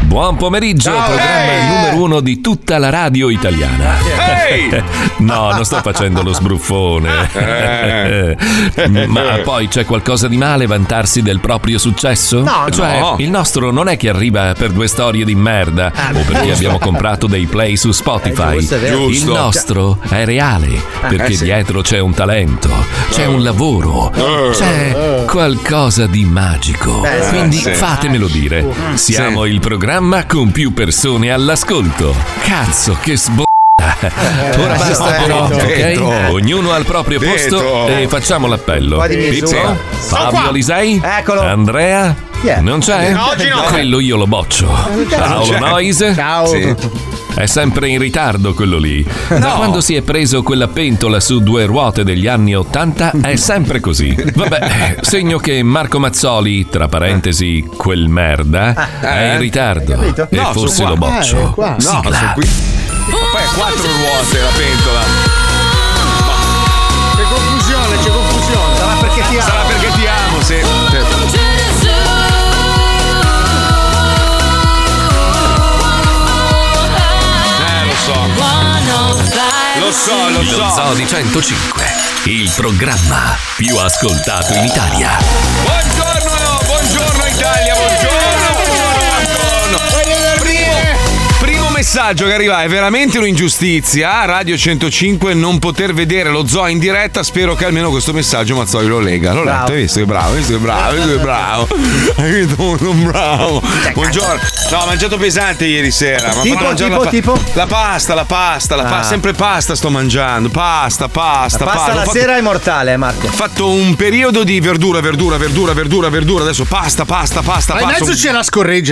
Buon pomeriggio, programma numero 1 di tutta la radio italiana. No, non sto facendo lo sbruffone. Ma poi c'è qualcosa di male vantarsi del proprio successo? No. Il nostro non è che arriva per 2 storie di merda o perché abbiamo comprato dei play su Spotify. Giusto. Il nostro è reale perché dietro c'è un talento, c'è un lavoro, c'è qualcosa di magico. Quindi fatemelo dire, siamo il programma con più persone all'ascolto. Cazzo, che Ora basta però, ok? Ognuno al proprio posto e facciamo l'appello. Pizza, Fabio Alisei? Eccolo. Andrea? Non c'è? Oggi no. Quello io lo boccio. Paolo Noise? Ciao. Sì. È sempre in ritardo quello lì. Da quando si è preso quella pentola su 2 ruote degli anni '80 è sempre così. Vabbè, segno che Marco Mazzoli, tra parentesi, quel merda, è in ritardo. E forse lo boccio. Sono qui. Poi ha 4 ruote la pentola. C'è confusione. Sarà perché ti amo, sì. Lo so. Lo Zoo di 105, il programma più ascoltato in Italia. Buongiorno Italia, buongiorno. Primo messaggio che arriva: è veramente un'ingiustizia Radio 105 non poter vedere lo Zoo in diretta. Spero che almeno questo messaggio Mazzoli lo lega. L'ho letto, hai visto che bravo. Hai visto bravo. Buongiorno. No, ho mangiato pesante ieri sera. Tipo? La pasta, sempre pasta sto mangiando. Pasta. La sera è mortale, Marco. Ho fatto un periodo di verdura. Adesso pasta. Ma in mezzo c'era scorregge.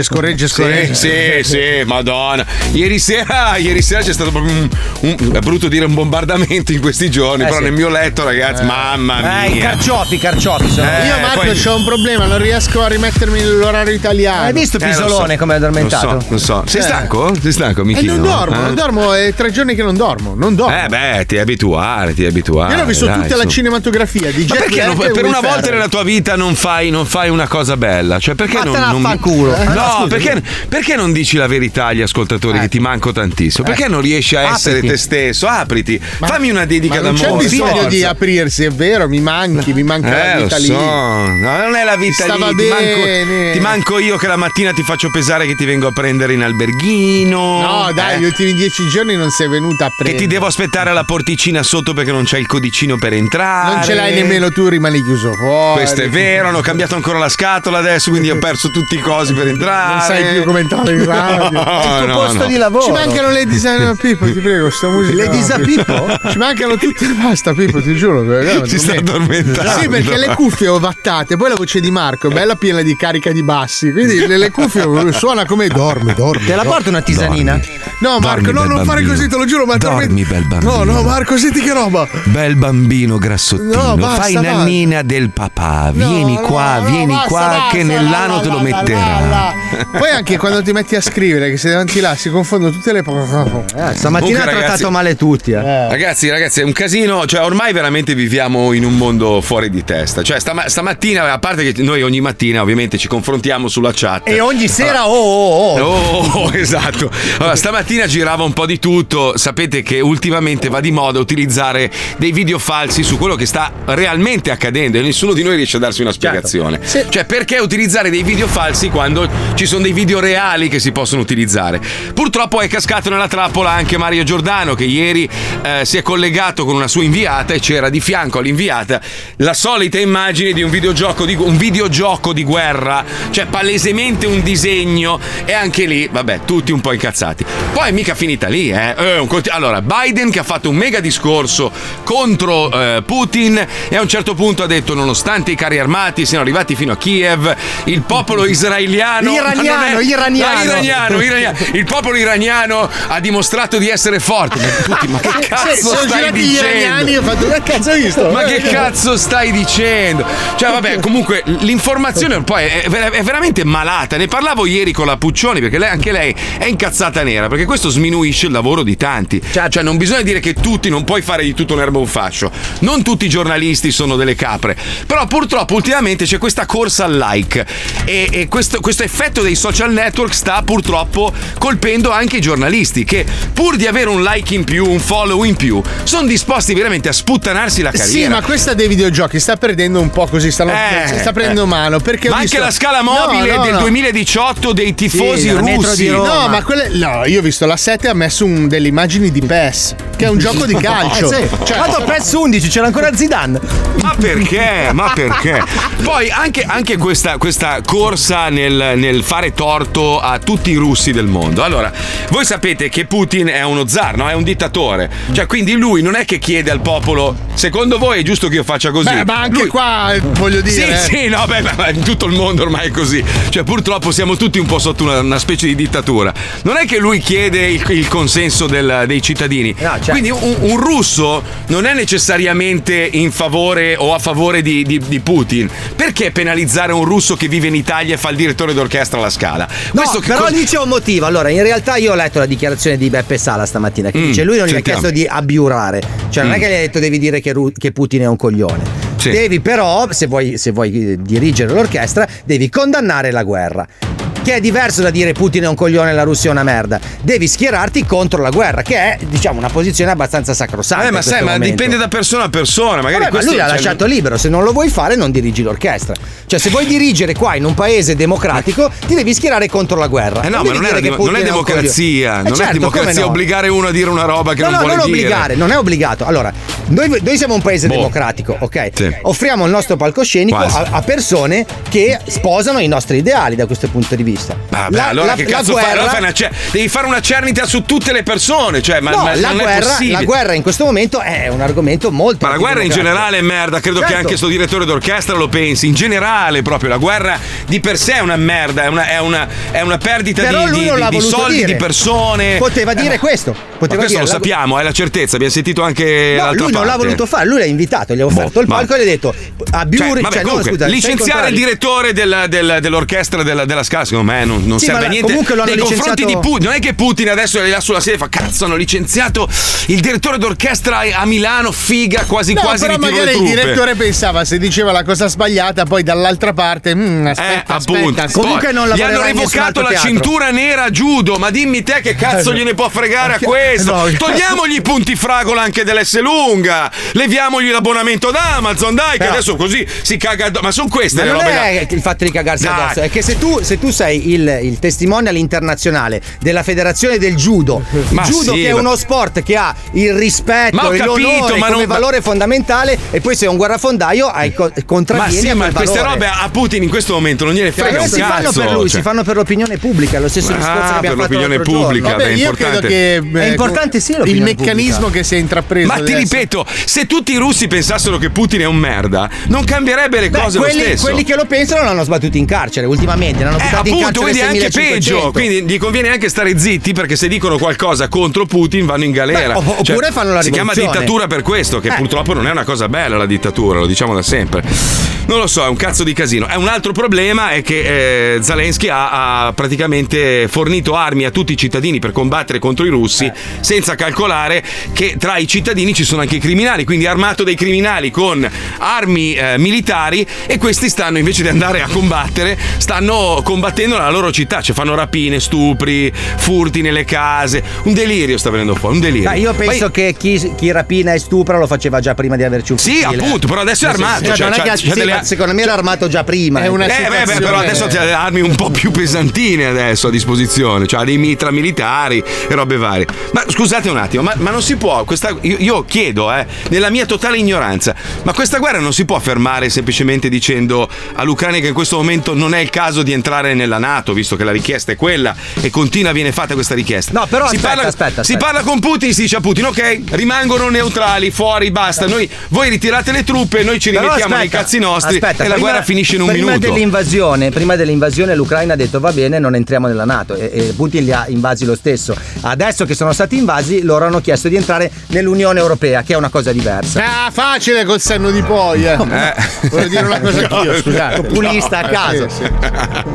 Sì, madonna. Ieri sera c'è stato proprio è brutto dire un bombardamento in questi giorni, però nel mio letto, ragazzi, mamma mia. I carciofi sono. Io, Marco, c'ho un problema, non riesco a rimettermi nell'orario italiano. Hai visto Pisolone come è addormentato? Non so. Sei stanco, Michino? Non dormo, è 3 giorni che non dormo. Ti devi abituare. Io ho visto tutta la cinematografia di Jet Lag. Perché per una volta nella tua vita non fai una cosa bella? Cioè, perché non fanculo. No, perché non dici la verità agli ascoltatori che ti manco tantissimo? Perché non riesci a essere te stesso? Apriti, fammi una dedica d'amore. Non c'è bisogno di aprirsi, è vero, mi manca la vita lì. No, non è la vita Stava lì. bene. Ti manco io che la mattina ti faccio pesare che ti vengo a prendere in alberghino. No, dai, gli ultimi 10 giorni non sei venuta a prendere. Che ti devo aspettare alla porticina sotto perché non c'è il codicino per entrare. Non ce l'hai nemmeno tu, rimani chiuso fuori. Questo è vero, hanno cambiato ancora la scatola adesso, quindi ho perso tutti i cosi per entrare. Non sai più come entrare in radio. Il tuo posto di lavoro. Ci mancano le design Pippo, ti prego, sta musica. Le disa Pippo? Ci mancano tutte, basta Pippo, ti giuro. Si sta addormentando. Sì, perché le cuffie ovattate, poi la voce di Marco è bella piena di carica di bassi, quindi le cuffie suona come dormi. Te la porto una tisanina? No, Marco, non fare così, te lo giuro, ma dormi, bel bambino. No, Marco, senti che roba. Bel bambino grassottino, no, basta, fai nannina del papà. Vieni qua, basta, che nell'ano te lo metterà. Poi anche quando ti metti a scrivere, che sei davanti là, si confondono tutte le stamattina ha trattato male tutti. Ragazzi, è un casino. Cioè, ormai veramente viviamo in un mondo fuori di testa. Cioè, stamattina, a parte che noi ogni mattina ovviamente ci confrontiamo sulla chat. E ogni sera esatto. Allora, stamattina girava un po' di tutto. Sapete che ultimamente va di moda utilizzare dei video falsi su quello che sta realmente accadendo e nessuno di noi riesce a darsi una spiegazione. Sì. Cioè, perché utilizzare dei video falsi quando ci sono dei video reali che si possono utilizzare? Purtroppo è cascato nella trappola anche Mario Giordano, che ieri si è collegato con una sua inviata e c'era di fianco all'inviata la solita immagine di un videogioco di guerra, cioè palesemente un disegno, e anche lì, vabbè, tutti un po' incazzati. Poi mica finita lì, allora, Biden che ha fatto un mega discorso contro Putin e a un certo punto ha detto: nonostante i carri armati siano arrivati fino a Kiev, il popolo israeliano iraniano, il popolo iraniano ha dimostrato di essere forte. Ma che cazzo stai dicendo? Io ho fatto che cazzo hai visto? Ma che cazzo stai dicendo? Cioè, vabbè, comunque l'informazione poi è veramente malata. Ne parlavo ieri con signora Puccioni, perché anche lei è incazzata nera, perché questo sminuisce il lavoro di tanti. Cioè non bisogna dire che tutti, non puoi fare di tutto un'erba un fascio, non tutti i giornalisti sono delle capre, però purtroppo ultimamente c'è questa corsa al like e questo effetto dei social network sta purtroppo colpendo anche i giornalisti, che pur di avere un like in più, un follow in più, sono disposti veramente a sputtanarsi la carriera. Sì, ma questa dei videogiochi sta perdendo un po' così, sta prendendo mano, perché ma anche la scala mobile del 2018 dei tifosi russi. No, ma io ho visto la 7 ha messo delle immagini di PES, che è un gioco di calcio. Cioè, vado a PES 11, c'era ancora Zidane. Ma perché? Poi anche questa corsa nel fare torto a tutti i russi del mondo. Allora, voi sapete che Putin è uno zar, no? È un dittatore. Cioè, quindi lui non è che chiede al popolo: secondo voi è giusto che io faccia così? Beh, ma anche qua voglio dire. Sì, no, ma in tutto il mondo ormai è così. Cioè, purtroppo siamo tutti un po' sotto una specie di dittatura. Non è che lui chiede il consenso dei cittadini. No, certo. Quindi un russo non è necessariamente in favore o a favore di Putin. Perché penalizzare un russo che vive in Italia e fa il direttore d'orchestra alla Scala? No, però lì c'è un motivo. Allora, in realtà io ho letto la dichiarazione di Beppe Sala stamattina, che dice lui non gli ha chiesto di abiurare. Cioè non è che gli ha detto devi dire che Putin è un coglione. Sì. Devi però, se vuoi dirigere l'orchestra, devi condannare la guerra, che è diverso da dire Putin è un coglione e la Russia è una merda. Devi schierarti contro la guerra, che è, diciamo, una posizione abbastanza sacrosanta. Ma sai, ma dipende da persona a persona. Magari ma lui l'ha lasciato libero. Se non lo vuoi fare, non dirigi l'orchestra. Cioè, se vuoi dirigere qua in un paese democratico, ti devi schierare contro la guerra. No, ma non è democrazia. Non è democrazia obbligare uno a dire una roba che non vuole dire. Obbligare, non è obbligato. Allora, noi siamo un paese democratico, ok? Sì. Offriamo il nostro palcoscenico a persone che sposano i nostri ideali da questo punto di vista. Vabbè, allora che cazzo fai? Allora devi fare una cernita su tutte le persone. Cioè, la guerra in questo momento è un argomento molto. Ma la guerra in generale è merda. Credo che anche sto direttore d'orchestra lo pensi. In generale, proprio la guerra di per sé è una merda. È una perdita di soldi, di persone. Poteva dire questo. Questo lo sappiamo, è la certezza. Abbiamo sentito anche l'altra parte. Lui non l'ha voluto fare. Lui l'ha invitato, gli ha offerto il palco e gli ha detto licenziare il direttore dell'orchestra della Scala, secondo me non serve a niente nei confronti di Putin. Non è che Putin adesso è là sulla sedia e fa cazzo, hanno licenziato il direttore d'orchestra a Milano, figa, quasi però ritiro le truppe. Magari il direttore pensava, se diceva la cosa sbagliata, poi dall'altra parte aspetta. Comunque non gli hanno revocato la cintura nera a judo, ma dimmi te che cazzo gliene può fregare a questo. Togliamogli i punti fragola anche dell'S lunga, leviamogli l'abbonamento ad Amazon, dai, che adesso così si caga addosso. Ma sono queste le robe. Non è il fatto di cagarsi addosso, è che se tu sei il testimonial internazionale della federazione del judo, che è uno sport che ha il rispetto e l'onore come valore fondamentale, e poi sei un guerrafondaio contravvieni ma queste robe a Putin in questo momento non gliene frega un cazzo. Fanno per lui, si fanno per l'opinione pubblica, lo stesso discorso che abbiamo fatto l'opinione pubblica. Vabbè, io credo che è importante il meccanismo che si è intrapreso. Ma ti ripeto, se tutti i russi pensassero che Putin è un merda, non cambierebbe le cose lo stesso. Quelli che lo pensano l'hanno sbattuti in carcere ultimamente, l'hanno buttato in carcere. Quindi è anche peggio, quindi gli conviene anche stare zitti, perché se dicono qualcosa contro Putin vanno in galera. Oppure fanno la rivoluzione. Si chiama dittatura per questo, che purtroppo non è una cosa bella la dittatura, lo diciamo da sempre. Non lo so, è un cazzo di casino. È un altro problema è che Zelensky ha praticamente fornito armi a tutti i cittadini per combattere contro i russi, senza calcolare che tra i cittadini ci sono anche i criminali, quindi ha armato dei criminali con armi militari, e questi stanno, invece di andare a combattere, stanno combattendo la loro città, cioè fanno rapine, stupri, furti nelle case. Un delirio sta venendo fuori, un delirio. Io penso che chi rapina e stupra lo faceva già prima di averci un fucile. Sì, appunto, però adesso è armato. Secondo me era armato già prima. È una però adesso ha delle armi un po' più pesantine adesso a disposizione, cioè dei mitra militari e robe varie. Ma scusate un attimo, ma non si può, io chiedo, nella mia totale ignoranza, ma questa guerra non si può fermare semplicemente dicendo all'Ucraina che in questo momento non è il caso di entrare nella NATO, visto che la richiesta è quella e viene fatta questa richiesta. No, però aspetta. Si parla con Putin, si dice a Putin: ok, rimangono neutrali, fuori, basta. Voi ritirate le truppe, noi ci rimettiamo nei cazzi nostri e la guerra finisce in un minuto. Prima dell'invasione l'Ucraina ha detto va bene, non entriamo nella NATO, e Putin li ha invasi lo stesso. Adesso che sono stati invasi, loro hanno chiesto di entrare nell'Unione Europea, che è una cosa diversa. Facile col senno di poi. Voglio dire una cosa anch'io, scusate. Populista a caso. Sì. Loro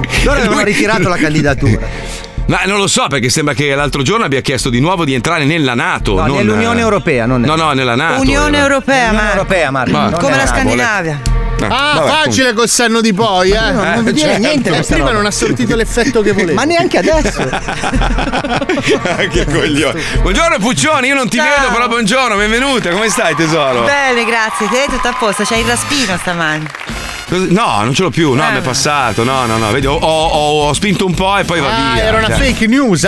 avevano ritirato la candidatura. Ma non lo so, perché sembra che l'altro giorno abbia chiesto di nuovo di entrare nella NATO. No, nell'Unione Europea, non No, nella NATO. Unione Europea, Marco. Come la Scandinavia. Vabbè, facile col senno di poi, non vuol dire niente. Prima roba. non ha sortito l'effetto che voleva. Ma neanche adesso. Che coglione. Buongiorno Puccioni, io non ti vedo, però buongiorno, benvenuta. Come stai, tesoro? Bene, grazie. Te tutto a posto? C'hai il raspino stamani? No, non ce l'ho più, no, mi è passato. No, vedi, ho spinto un po' e poi va via. Era una fake news.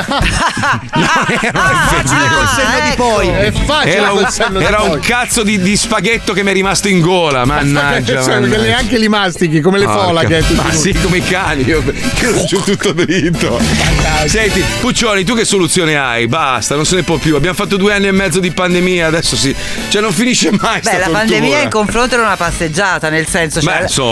Facile col senno di poi. È facile col senno di poi. Era un cazzo di spaghetto che mi è rimasto in gola, mannaggia. Perché neanche li mastichi come le folaghe. Ma sì, come i cani, io tiro giù tutto dritto. Senti, Puccioni, tu che soluzione hai? Basta, non se ne può più. Abbiamo fatto 2 anni e mezzo di pandemia, adesso sì. Cioè non finisce mai. Beh, la pandemia in confronto era una passeggiata, nel senso. Beh, insomma.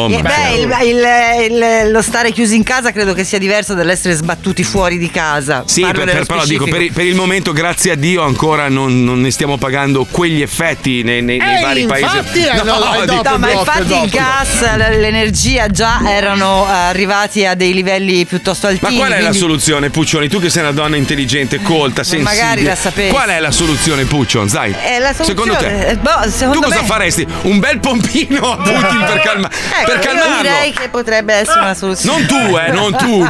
Lo stare chiusi in casa credo che sia diverso dall'essere sbattuti fuori di casa. Sì, però dico, per il momento, grazie a Dio, ancora non ne stiamo pagando quegli effetti nei vari paesi. Ma infatti il gas, l'energia già erano arrivati a dei livelli piuttosto altini. Ma qual è la soluzione, Puccioni? Tu che sei una donna intelligente, colta, sensibile. Magari la sapessi. Qual è la soluzione, Puccion? Dai. Secondo te? Secondo tu cosa me... faresti? Un bel pompino a Putin per calmarlo. Io direi che potrebbe essere una soluzione. Non tu.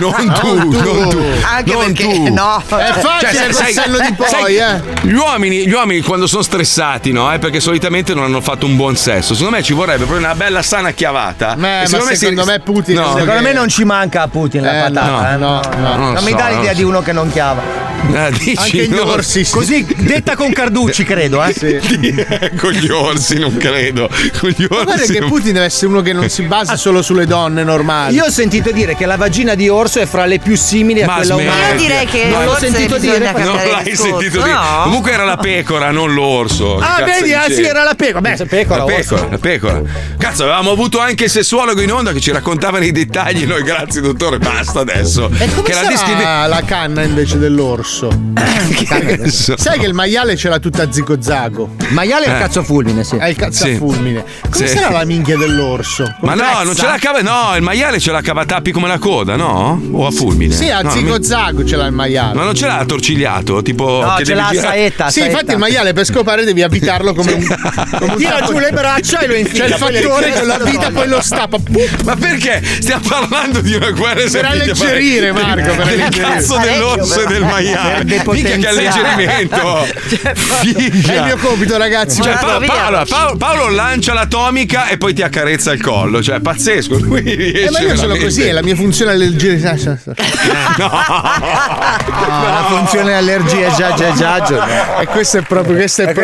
Anche non perché tu. no. È facile col senno di poi, Gli uomini quando sono stressati, no? Perché solitamente non hanno fatto un buon sesso. Secondo me ci vorrebbe proprio una bella sana chiavata. Ma secondo me Putin. No, secondo me non ci manca a Putin la patata. No. Non mi dà l'idea di uno che non chiava. Dici, anche gli orsi. Così detta con Carducci, credo, Sì. Con gli orsi non credo. Con gli orsi. Guarda che Putin deve essere uno che non si basa solo sulle donne normali. Io ho sentito dire che la vagina di orso è fra le più simili a quella umana. Ma io direi che non l'ho sentito dire. Non l'hai sentito dire. No. Comunque era la pecora, non l'orso. Vedi, sì, era la pecora. Beh, la pecora. Cazzo, avevamo avuto anche il sessuologo in onda che ci raccontavano i dettagli. Noi, grazie dottore, basta adesso. E come che sarà la canna invece dell'orso? Sai che il maiale ce l'ha tutta a zigozago. Il maiale è il cazzo fulmine, sì. È il cazzo a fulmine. Come sarà la minchia dell'orso? Ma no, non ce l'ha cava. No, il maiale ce l'ha cavatappi come la coda, no? O a fulmine? Sì, a zigozago ce l'ha il maiale. Ma non ce l'ha attorcigliato? Tipo. No, che ce l'ha a saetta. Sì, infatti il maiale per scopare devi avvitarlo come un tira giù le braccia e lo infila. C'è il fattore che lo avvita poi lo stappa. Ma perché? Stiamo parlando di una guerra per alleggerire, Marco. Per il cazzo dell'orso e del maiale. Mica che alleggerimento. È il mio compito, ragazzi. Cioè, Paolo lancia l'atomica e poi ti accarezza il collo. Cioè, pazzesco. Lui riesce ma io sono così, è la mia funzione alleggeria. La funzione allergia già. E questo è proprio. Questo è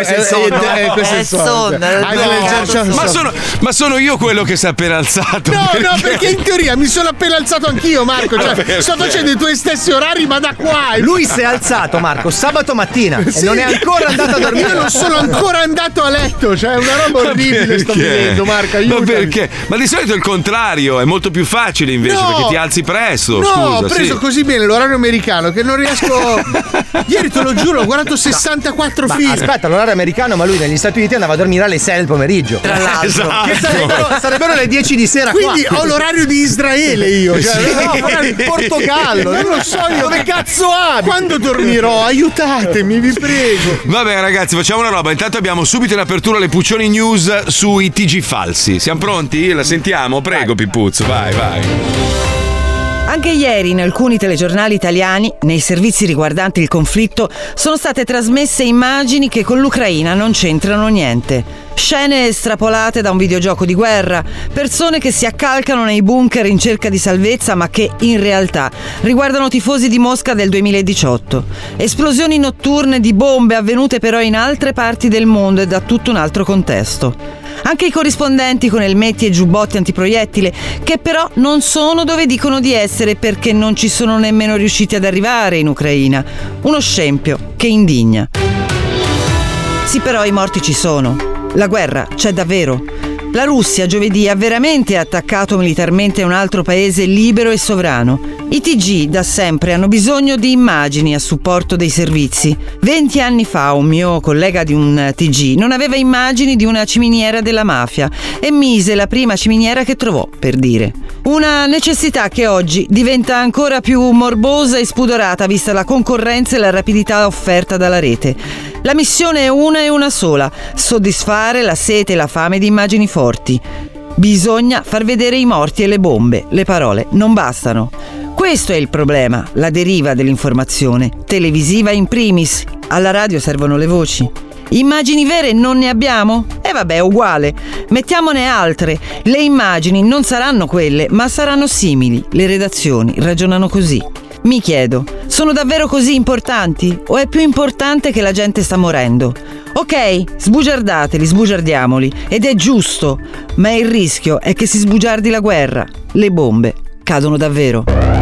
Ma sono io quello che si è appena alzato. No, perché in teoria mi sono appena alzato anch'io, Marco. Cioè, sto facendo i tuoi stessi orari, ma da qua. Lui si è alzato, Marco, sabato mattina e non è ancora andato a dormire. Io non sono ancora andato a letto, cioè è una roba orribile sto vivendo, Marco, aiutami. Ma perché? Ma di solito è il contrario, è molto più facile invece perché ti alzi presto. No, ho preso così bene l'orario americano che non riesco. Ieri te lo giuro, ho guardato 64 film. Aspetta, l'orario americano, ma lui negli Stati Uniti andava a dormire alle 6 del pomeriggio. Tra l'altro, esatto. Che sarebbero le 10 di sera. Quindi qua. ho l'orario di Israele io. Cioè, il Portogallo. Non lo so io. Dove cazzo abiti? Quando dormirò? Aiutatemi, vi prego. Vabbè, ragazzi, facciamo una roba. Intanto abbiamo subito in apertura le Puccioni News sui TG falsi. Siamo pronti? La sentiamo? Prego, Pippuzzo, vai. Anche ieri in alcuni telegiornali italiani, nei servizi riguardanti il conflitto, sono state trasmesse immagini che con l'Ucraina non c'entrano niente. Scene estrapolate da un videogioco di guerra, persone che si accalcano nei bunker in cerca di salvezza ma che in realtà riguardano tifosi di Mosca del 2018. Esplosioni notturne di bombe avvenute però in altre parti del mondo e da tutto un altro contesto. Anche i corrispondenti con elmetti e giubbotti antiproiettile, che però non sono dove dicono di essere perché non ci sono nemmeno riusciti ad arrivare in Ucraina. Uno scempio che indigna. Sì, però i morti ci sono. La guerra c'è davvero. La Russia giovedì ha veramente attaccato militarmente un altro paese libero e sovrano. I TG da sempre hanno bisogno di immagini a supporto dei servizi. 20 anni fa un mio collega di un TG non aveva immagini di una ciminiera della mafia e mise la prima ciminiera che trovò, per dire. Una necessità che oggi diventa ancora più morbosa e spudorata vista la concorrenza e la rapidità offerta dalla rete. La missione è una e una sola: soddisfare la sete e la fame di immagini forti. Bisogna far vedere i morti e le bombe, le parole non bastano. Questo è il problema, la deriva dell'informazione, televisiva in primis. Alla radio servono le voci. Immagini vere non ne abbiamo? E vabbè, uguale. Mettiamone altre. Le immagini non saranno quelle, ma saranno simili. Le redazioni ragionano così. Mi chiedo, sono davvero così importanti? O è più importante che la gente sta morendo? Ok, sbugiardateli, sbugiardiamoli. Ed è giusto. Ma il rischio è che si sbugiardi la guerra. Le bombe cadono davvero.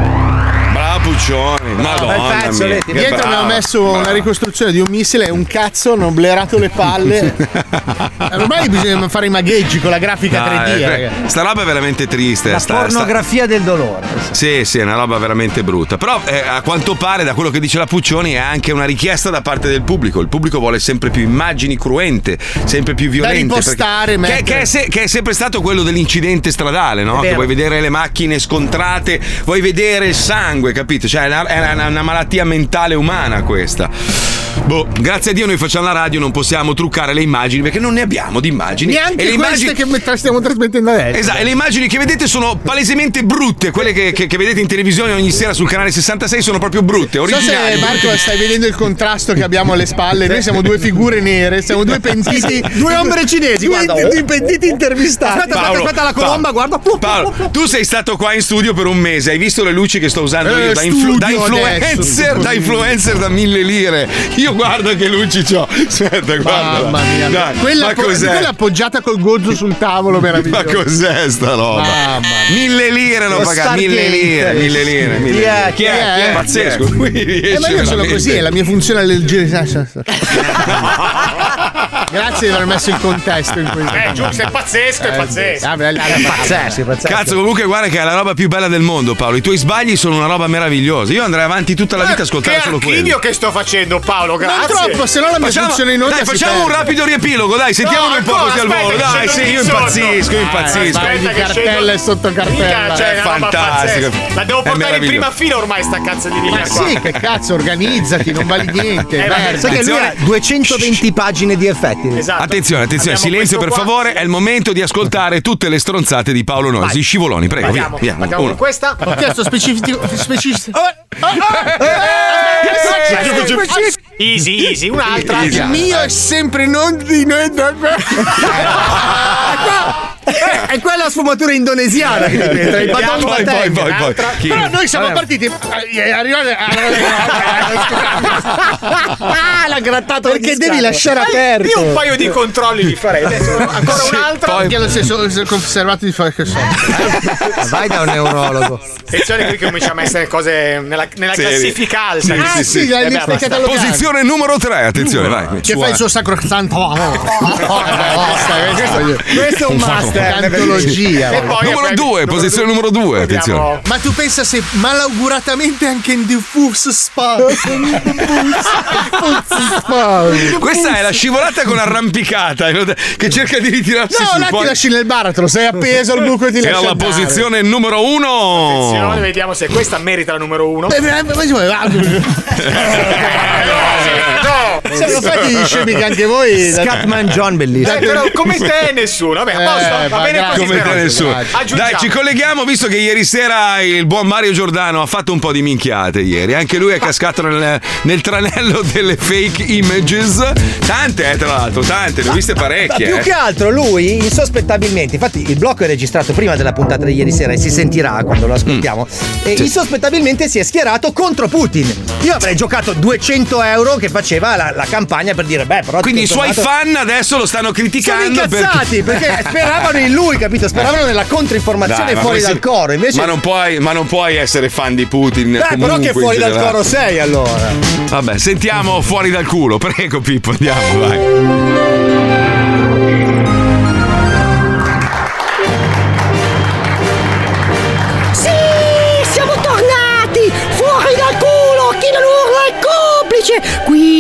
Puccioni, madonna mia, dietro abbiamo messo una ricostruzione di un missile e un cazzo hanno oblerato le palle. Ormai bisogna fare i magheggi con la grafica 3D. Sta roba è veramente triste. La pornografia del dolore. Sì, è una roba veramente brutta. Però a quanto pare, da quello che dice la Puccioni, è anche una richiesta da parte del pubblico. Il pubblico vuole sempre più immagini cruente, sempre più violente. Da ripostare, che è sempre stato quello dell'incidente stradale, no? Che vuoi vedere le macchine scontrate, vuoi vedere il sangue, capito? Cioè è una malattia mentale umana questa. Grazie a Dio noi facciamo la radio, non possiamo truccare le immagini perché non ne abbiamo di immagini. Neanche e le queste immagini che stiamo trasmettendo adesso. Esatto, e le immagini che vedete sono palesemente brutte, quelle che vedete in televisione ogni sera sul canale 66 sono proprio brutte, originali. So se Marco stai vedendo il contrasto che abbiamo alle spalle. Noi siamo due figure nere, siamo due pentiti, due ombre cinesi, due pentiti intervistati. Aspetta la colomba, guarda. Paolo, tu sei stato qua in studio per un mese, hai visto le luci che sto usando io da influencer da 1.000 lire. Io guarda che luci c'ho. Aspetta, guarda. Mamma mia. Dai, quella appoggiata col gozzo sul tavolo, meraviglioso. Ma cos'è sta roba? 1.000 lire l'ho pagato, 1.000 lire. Chi è? Pazzesco. Ma io sono così, è la mia funzione leggera. Grazie di aver messo il contesto in questo. Giusto, è pazzesco, è pazzesco. Pazzesco. Cazzo, comunque guarda che è la roba più bella del mondo, Paolo. I tuoi sbagli sono una roba meravigliosa. Io andrei avanti tutta la vita a ascoltare solo quello. Che archivio che sto facendo, Paolo, grazie. Non troppo, se no la mia funzione in onda. Dai, facciamo un rapido riepilogo, dai, sentiamolo un po' così al volo. Dai, sì, io impazzisco. Di cartella e sotto cartella. Cioè, è fantastico. La devo portare in prima fila ormai sta cazzo di linea qua. Sì, che cazzo, organizzati, non vali niente. Sai che lui ha 220 pagine di effetti. Esatto. Attenzione, silenzio per favore, è il momento di ascoltare tutte le stronzate di Paolo Noisi. Scivoloni, prego, via. Andiamo con questa. Ho chiesto specifico. Easy, un'altra. Il mio è sempre non di noi. È quella sfumatura indonesiana che poi. Però noi siamo partiti. l'ha grattato perché devi lasciare aperto. Io un paio di controlli li farei. Adesso ancora un'altra. Perché lo stesso conservato di fare che so. Vai da un neurologo. Attenzione qui che cominciamo a essere cose nella classifica alta. Sì, l'hai catalogata. Posizione numero 3, attenzione, vai. Che fa il suo sacrosanto. Questo è un master. Antologia. Numero 2, posizione numero 2, attenzione. Ma tu pensa se malauguratamente anche in diffus spa. Questa è la scivolata con arrampicata che cerca di ritirarsi su. No, ti lasci nel baratro, sei appeso al buco e ti lasci. È alla posizione numero 1. Attenzione, vediamo se questa merita la numero 1. Siamo fatti gli scemi che anche voi. Scatman John, bellissimo. Però come te nessuno. Vabbè, a posto, va bene così. Come te nessuno. Dai, ci colleghiamo, visto che ieri sera il buon Mario Giordano ha fatto un po' di minchiate ieri. Anche lui è cascato nel tranello delle fake images. Tante, tra l'altro, tante, ne ho viste parecchie. Più che altro lui, insospettabilmente, infatti il blocco è registrato prima della puntata di ieri sera e si sentirà quando lo ascoltiamo. E insospettabilmente si è schierato contro Putin. Io avrei giocato 200 euro che faceva la campagna per dire, però. Quindi i suoi fan adesso lo stanno criticando. Sono incazzati perché speravano in lui, capito? Speravano nella controinformazione fuori dal coro. Invece... Ma non puoi essere fan di Putin. Però che fuori dal coro sei allora. Vabbè, sentiamo Fuori dal culo. Prego, Pippo, andiamo, vai.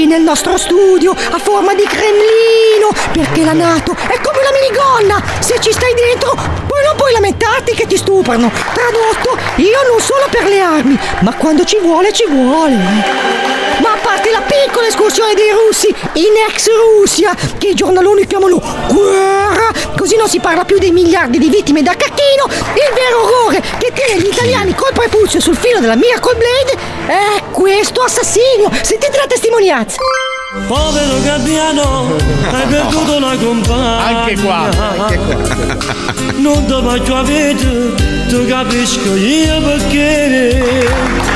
qui nel nostro studio a forma di Cremlino, perché la NATO è come una minigonna, se ci stai dentro poi non puoi lamentarti che ti stuprano. Tradotto, io non solo per le armi, ma quando ci vuole ci vuole. Ma a parte la piccola escursione dei russi in ex Russia, che i giornaloni chiamano guerra, così non si parla più dei miliardi di vittime da cacchino, il vero orrore che tiene gli italiani col prepucio sul filo della Miracle Blade è questo assassinio. Sentite la testimonianza. Povero Gabbiano, hai perduto la compagna. Anche qua. Non ti faccio avere, tu capisco io perché.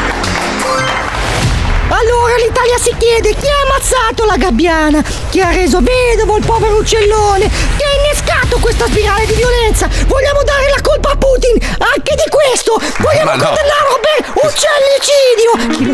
Allora l'Italia si chiede chi ha ammazzato la Gabbiana, chi ha reso vedovo il povero uccellone, chi ha innescato questa spirale di violenza. Vogliamo dare la colpa a Putin anche di questo? Vogliamo condannarlo per uccellicidio? Chi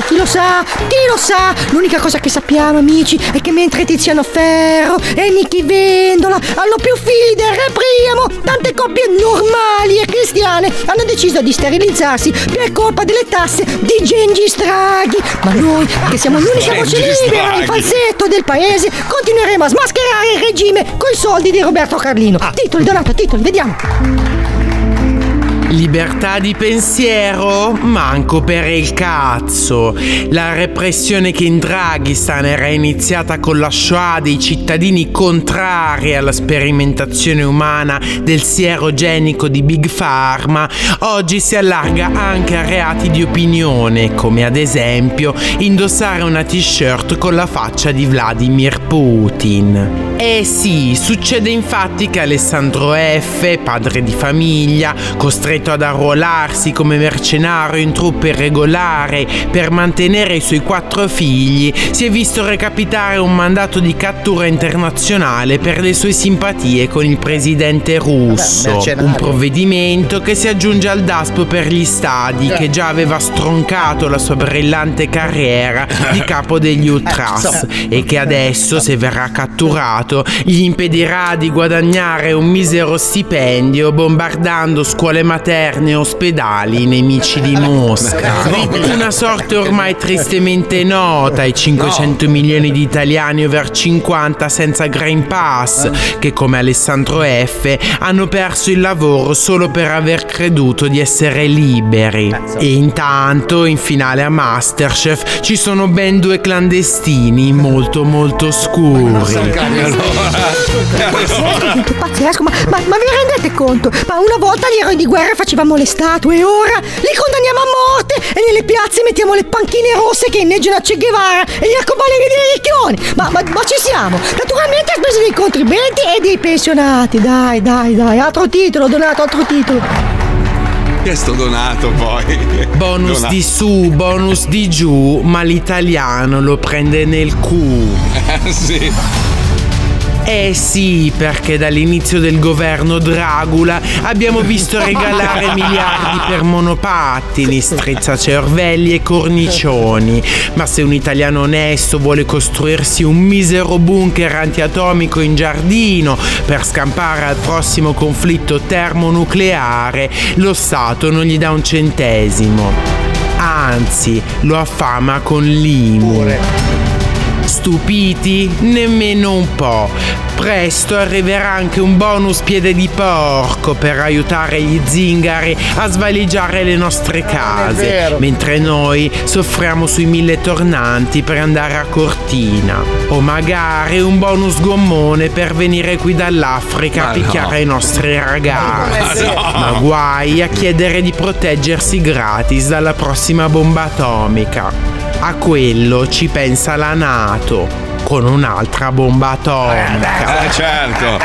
lo sa? L'unica cosa che sappiamo, amici, è che mentre Tiziano Ferro e Nicky Vendola hanno più figli del Re Priamo, tante coppie normali e cristiane hanno deciso di sterilizzarsi per colpa delle tasse di Gengis Draghi. Ma noi, che siamo l'unica voce libera in falsetto del paese, continueremo a smascherare il regime coi soldi di Roberto Carlino. Titoli, Donato, vediamo. Libertà di pensiero? Manco per il cazzo. La repressione che in Draghistan era iniziata con la Shoah dei cittadini contrari alla sperimentazione umana del sierogenico di Big Pharma oggi si allarga anche a reati di opinione, come ad esempio indossare una t-shirt con la faccia di Vladimir Putin. Sì, succede infatti che Alessandro F., padre di famiglia, costretto ad arruolarsi come mercenario in truppa irregolare per mantenere i suoi 4 figli, si è visto recapitare un mandato di cattura internazionale per le sue simpatie con il presidente russo. Un provvedimento che si aggiunge al DASPO per gli stadi, che già aveva stroncato la sua brillante carriera di capo degli Ultras e che adesso, se verrà catturato, gli impedirà di guadagnare un misero stipendio bombardando scuole materne e ospedali nemici di Mosca. Una sorte ormai tristemente nota ai 500 milioni di italiani over 50 senza Green Pass, che come Alessandro F. hanno perso il lavoro solo per aver creduto di essere liberi. E intanto, in finale a Masterchef, ci sono ben 2 clandestini molto scuri. Pazzesco, ma vi rendete conto? Ma una volta gli eroi di guerra facevamo le statue e ora li condanniamo a morte e nelle piazze mettiamo le panchine rosse che inneggiano a Che Guevara e gli arcobaleni dei ricchioni. Ma ci siamo, naturalmente a spese dei contribuenti e dei pensionati. Dai, altro titolo, Donato, altro titolo. Che sto Donato poi. Bonus di su, bonus di giù, ma l'italiano lo prende nel culo. Sì. Sì, perché dall'inizio del governo Dracula abbiamo visto regalare miliardi per monopattini, strizzacervelli e cornicioni. Ma se un italiano onesto vuole costruirsi un misero bunker antiatomico in giardino per scampare al prossimo conflitto termonucleare, lo Stato non gli dà un centesimo. Anzi, lo affama con l'IMU. Stupiti? Nemmeno un po'. Presto arriverà anche un bonus piede di porco per aiutare gli zingari a svaligiare le nostre case, mentre noi soffriamo sui 1000 tornanti per andare a Cortina. O magari un bonus gommone per venire qui dall'Africa a picchiare i nostri ragazzi. Ma guai a chiedere di proteggersi gratis dalla prossima bomba atomica. A quello ci pensa la NATO con un'altra bomba atomica. Certo.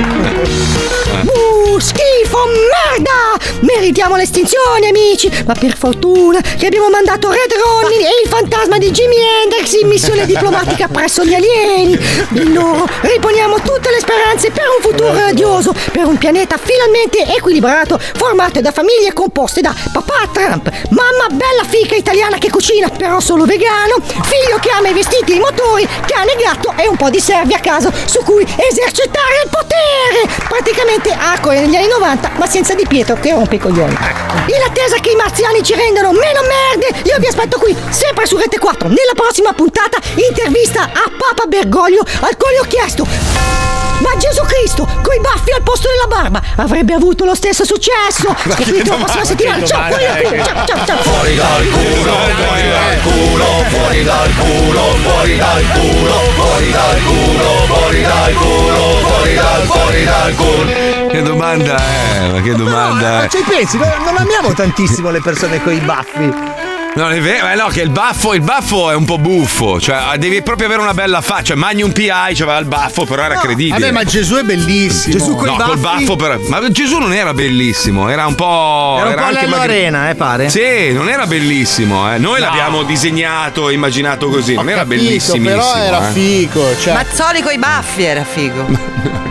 Schifo, merda! Meritiamo l'estinzione, amici, ma per fortuna che abbiamo mandato Red Ronnie e il fantasma di Jimi Hendrix in missione diplomatica presso gli alieni. In loro riponiamo tutte le speranze per un futuro radioso, per un pianeta finalmente equilibrato, formato da famiglie composte da papà Trump, mamma bella fica italiana che cucina però solo vegano, figlio che ama i vestiti e i motori, cane gatto e un po' di servi a caso su cui esercitare il potere. Praticamente Arco è negli anni 90, ma senza Di Pietro che rompe i coglioni. In attesa che i marziani ci rendano meno merde, io vi aspetto qui, sempre su Rete 4. Nella prossima puntata, intervista a Papa Bergoglio, al quale ho chiesto: ma Gesù Cristo, coi baffi al posto della barba, avrebbe avuto lo stesso successo? Scoprite la prossima settimana. Ciao, ciao. Fuori dal culo, fuori dal culo, fuori dal culo, fuori dal culo, fuori dal culo, fuori dal culo, fuori dal culo. Che domanda è? Ma che domanda è? Ci pensi? Non amiamo tantissimo le persone con i baffi. Non è vero, no, che il baffo è un po' buffo, cioè devi proprio avere una bella faccia. Magnum P.I. c'aveva il baffo, però era credibile. Vabbè, ma Gesù è bellissimo. Gesù con i baffi. Col baffo però. Ma Gesù non era bellissimo, era un po'. Era un po' Lello Arena, pare? Sì, non era bellissimo, Noi l'abbiamo disegnato, immaginato così, non era bellissimissimo. Però era figo, cioè. Mazzoli coi baffi era figo.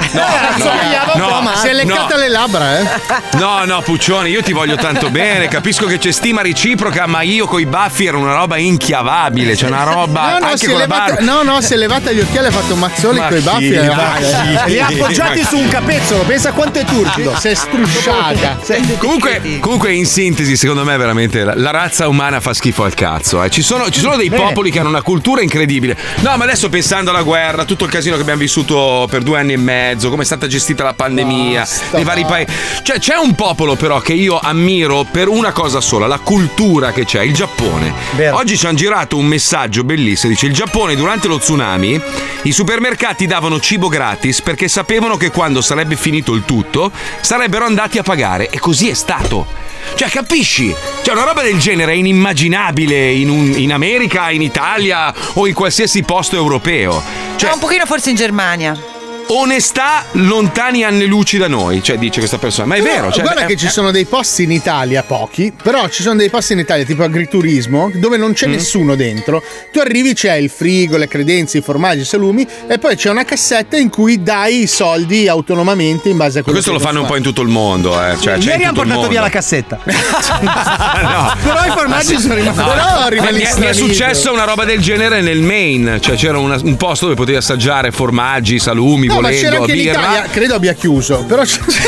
Si è leccata le labbra, No, Puccioni, io ti voglio tanto bene, capisco che c'è stima reciproca, ma io coi baffi era una roba inchiavabile, c'è una roba anche con la barba. Si è levata gli occhiali e ha fatto Mazzoli coi baffi li ha appoggiati su un capezzolo, pensa quanto è turpido. Si è strusciata. Comunque in sintesi, secondo me veramente la razza umana fa schifo al cazzo, Ci sono dei popoli che hanno una cultura incredibile. No, ma adesso pensando alla guerra, tutto il casino che abbiamo vissuto per 2 anni e mezzo, come è stata gestita la pandemia, nei vari paesi. Cioè c'è un popolo però che io ammiro per una cosa sola, la cultura che c'è, il Giappone. Vero. Oggi ci hanno girato un messaggio bellissimo, dice: il Giappone durante lo tsunami i supermercati davano cibo gratis perché sapevano che quando sarebbe finito il tutto sarebbero andati a pagare, e così è stato. Cioè, capisci? Cioè, una roba del genere è inimmaginabile in America, in Italia o in qualsiasi posto europeo. Cioè, un pochino forse in Germania. Onestà lontani anni luci da noi, cioè dice questa persona, ma è vero. Cioè, guarda che ci sono dei posti in Italia, pochi, però ci sono dei posti in Italia tipo agriturismo dove non c'è nessuno dentro. Tu arrivi, c'è il frigo, le credenze, i formaggi, i salumi, e poi c'è una cassetta in cui dai i soldi autonomamente in base a quello questo che lo fanno un po' in tutto il mondo, Cioè, ieri hanno portato via la cassetta. No. Però i formaggi sono rimasti. No. Mi è successo una roba del genere nel Maine, cioè c'era un posto dove potevi assaggiare formaggi, salumi, ma c'era anche birra. in Italia, credo abbia chiuso, però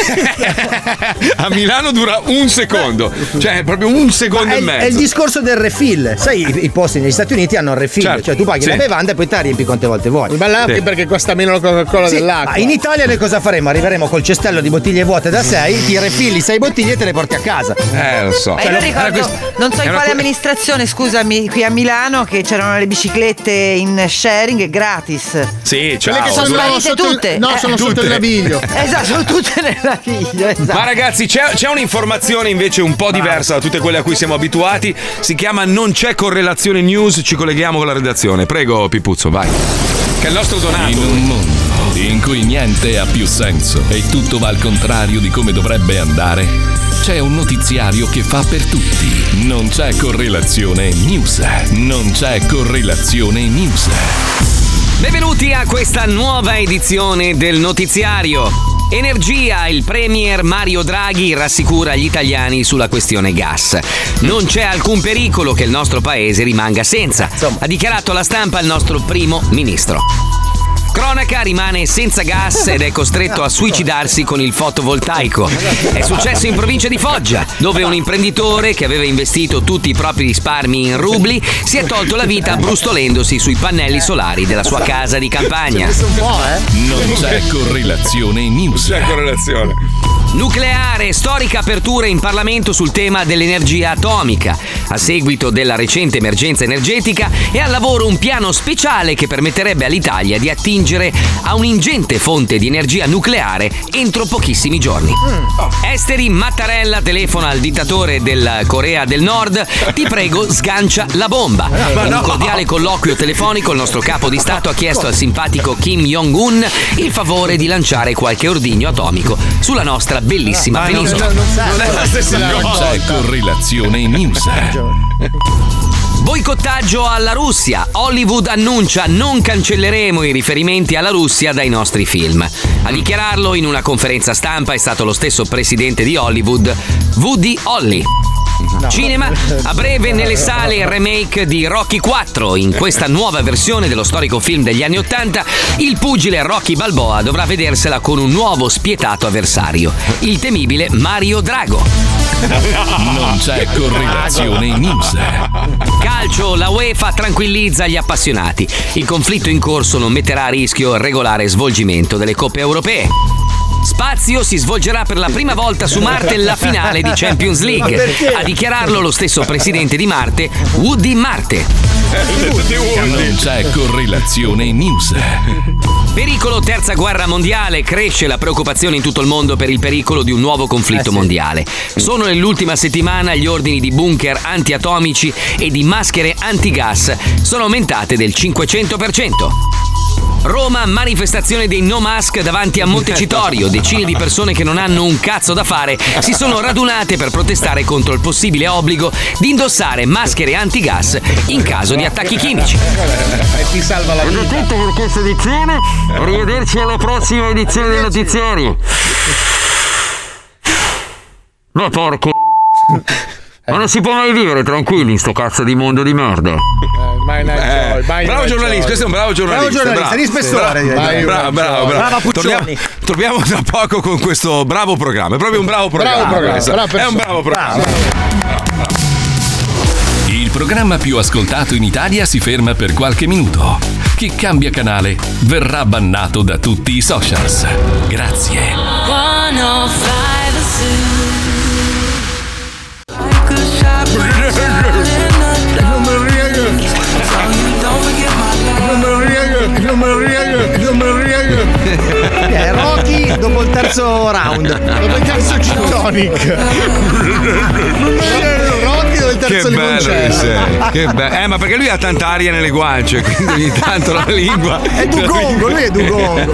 a Milano dura un secondo, cioè proprio un secondo e mezzo. È il discorso del refill, sai, i posti negli Stati Uniti hanno il refill, certo. Cioè tu paghi la bevanda e poi te la riempi quante volte vuoi. Ma là anche perché costa meno la Coca-Cola dell'acqua. Ma in Italia noi cosa faremo? Arriveremo col cestello di bottiglie vuote da 6, ti refilli 6 bottiglie e te le porti a casa. Lo so. Ma io ricordo, non so in quale amministrazione, scusami, qui a Milano, che c'erano le biciclette in sharing gratis. Sì, quelle che sono tutte. No, sono tutte. Sotto il naviglio. Esatto, sono tutte nel naviglio. Esatto. Ma ragazzi, c'è un'informazione invece un po' diversa da tutte quelle a cui siamo abituati. Si chiama Non c'è correlazione news. Ci colleghiamo con la redazione. Prego, Pipuzzo, vai. Che è il nostro Donato. In un mondo in cui niente ha più senso e tutto va al contrario di come dovrebbe andare, c'è un notiziario che fa per tutti. Non c'è correlazione news. Non c'è correlazione news. Benvenuti a questa nuova edizione del notiziario. Energia, il premier Mario Draghi rassicura gli italiani sulla questione gas. Non c'è alcun pericolo che il nostro paese rimanga senza, ha dichiarato alla stampa il nostro primo ministro. Cronaca, rimane senza gas ed è costretto a suicidarsi con il fotovoltaico. È successo in provincia di Foggia, dove un imprenditore che aveva investito tutti i propri risparmi in rubli si è tolto la vita brustolendosi sui pannelli solari della sua casa di campagna. Non c'è correlazione news. Non c'è correlazione. Nucleare, storica apertura in Parlamento sul tema dell'energia atomica. A seguito della recente emergenza energetica è al lavoro un piano speciale che permetterebbe all'Italia di attingere a un'ingente fonte di energia nucleare entro pochissimi giorni. Esteri Mattarella telefona al dittatore del Corea del Nord: ti prego, sgancia la bomba. In un cordiale colloquio telefonico il nostro capo di Stato ha chiesto al simpatico Kim Jong-un il favore di lanciare qualche ordigno atomico sulla nostra bellissima penisola. Non è la stessa Non cosa. c'è correlazione news. Boicottaggio alla Russia. Hollywood annuncia: non cancelleremo i riferimenti alla Russia dai nostri film. A dichiararlo in una conferenza stampa è stato lo stesso presidente di Hollywood, Woody Holly. Cinema, a breve nelle sale il remake di Rocky 4. In questa nuova versione dello storico film degli anni '80, il pugile Rocky Balboa dovrà vedersela con un nuovo spietato avversario, il temibile Mario Drago. Non c'è correlazione in news. Calcio, la UEFA tranquillizza gli appassionati. Il conflitto in corso non metterà a rischio il regolare svolgimento delle coppe europee. Spazio, si svolgerà per la prima volta su Marte la finale di Champions League. A dichiararlo lo stesso presidente di Marte, Woody Marte. Non c'è correlazione in news. Pericolo terza guerra mondiale, cresce la preoccupazione in tutto il mondo per il pericolo di un nuovo conflitto mondiale. Solo nell'ultima settimana gli ordini di bunker antiatomici e di maschere antigas sono aumentate del 500%. Roma, manifestazione dei no mask davanti a Montecitorio. Decine di persone che non hanno un cazzo da fare si sono radunate per protestare contro il possibile obbligo di indossare maschere antigas in caso di attacchi chimici. E ti salva la vita. È tutto per questa edizione. Arrivederci alla prossima edizione del notiziario. Ma porco. Ma non si può mai vivere tranquilli in sto cazzo di mondo di merda. Bravo giornalista, questo è un bravo giornalista. Di spessore. Bravo. Torniamo tra poco con questo bravo programma. È proprio un bravo programma. È un bravo programma. Il programma più ascoltato in Italia si ferma per qualche minuto. Chi cambia canale verrà bannato da tutti i socials. Grazie. Non me lo riego. Rocky dopo il terzo round. Dopo il terzo gin tonic. Rocky dopo il terzo limoncello. Che bello. Ma perché lui ha tanta aria nelle guance, quindi ogni tanto la lingua. È Dugongo, lui è Dugongo.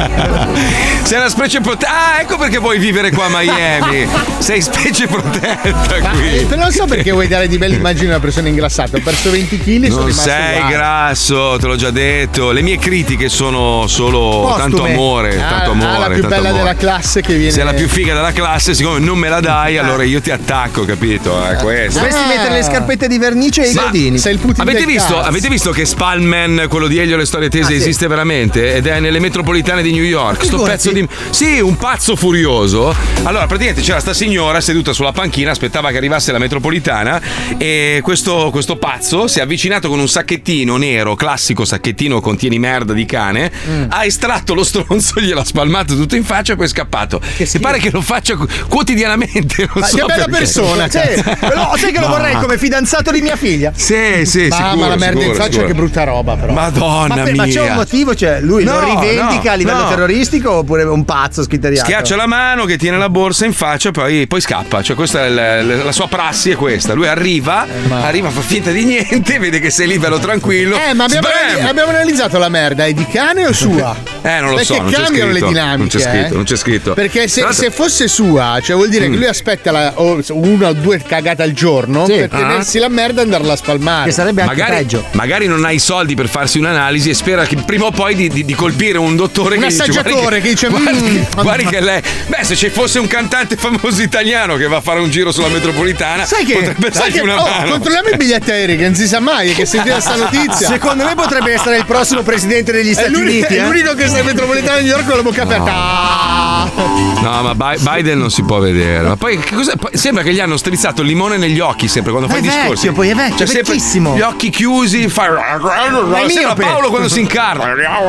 Sei una specie protetta. Ah, ecco perché vuoi vivere qua a Miami. Sei specie protetta qui. Non so perché vuoi dare di bella immagine a una persona ingrassata. Ho perso 20 kg. Non sei uguali. Grasso, te l'ho già detto. Le mie critiche sono solo postume. Tanto amore. La più bella della classe che viene. Sei la più figa della classe, siccome non me la dai, allora io ti attacco, capito? È questo. Dovresti mettere le scarpette di vernice e i godini. Sei il Putin. Avete visto che Spalman, quello di Elio le storie tese, esiste veramente? Ed è nelle metropolitane di New York. Sto pezzo di. Sì, un pazzo furioso. Allora, praticamente c'era sta signora seduta sulla panchina, aspettava che arrivasse la metropolitana. E questo pazzo si è avvicinato con un sacchettino nero, classico sacchettino contieni merda di cane. Ha estratto lo stronzo, gliel'ha spalmato tutto in faccia e poi è scappato. Mi pare che lo faccia quotidianamente. Non so che bella perché. Persona. Sai che lo vorrei come fidanzato di mia figlia. Sì, ma la merda in faccia, che brutta roba, però. Madonna mia. Ma c'è un motivo? Cioè, lui lo rivendica a livello terroristico oppure un pazzo schiteriato? Schiaccia la mano che tiene la borsa in faccia e poi scappa. Cioè, questa è la sua prassi è questa. Lui arriva, fa finta di niente, vede che sei lì bello tranquillo. Ma abbiamo analizzato la merda, è di cane o sua? Non lo so. Perché cambiano le dinamiche. Non c'è scritto. Perché se fosse sua, cioè vuol dire che lui aspetta una o due cagate al giorno per tenersi la merda e andarla a spalmare. Che sarebbe anche peggio. Magari non ha i soldi per farsi un'analisi e spera che prima o poi di colpire un dottore un assaggiatore che dice guardi che lei. Beh, se ci fosse un cantante famoso italiano che va a fare un giro sulla metropolitana, potrebbe dargli una mano. Controlliamo i biglietti aerei, che non si sa mai, che sentire questa notizia. Secondo me potrebbe essere il prossimo presidente degli Stati Uniti. È l'unico che sta in metropolitana di New York con la bocca aperta. No, ma Biden non si può vedere. Ma poi sembra che gli hanno strizzato il limone negli occhi sempre quando fai i discorsi. Poi è vecchio, cioè, vecchissimo. Gli occhi chiusi, sembra Paolo quando si incarna.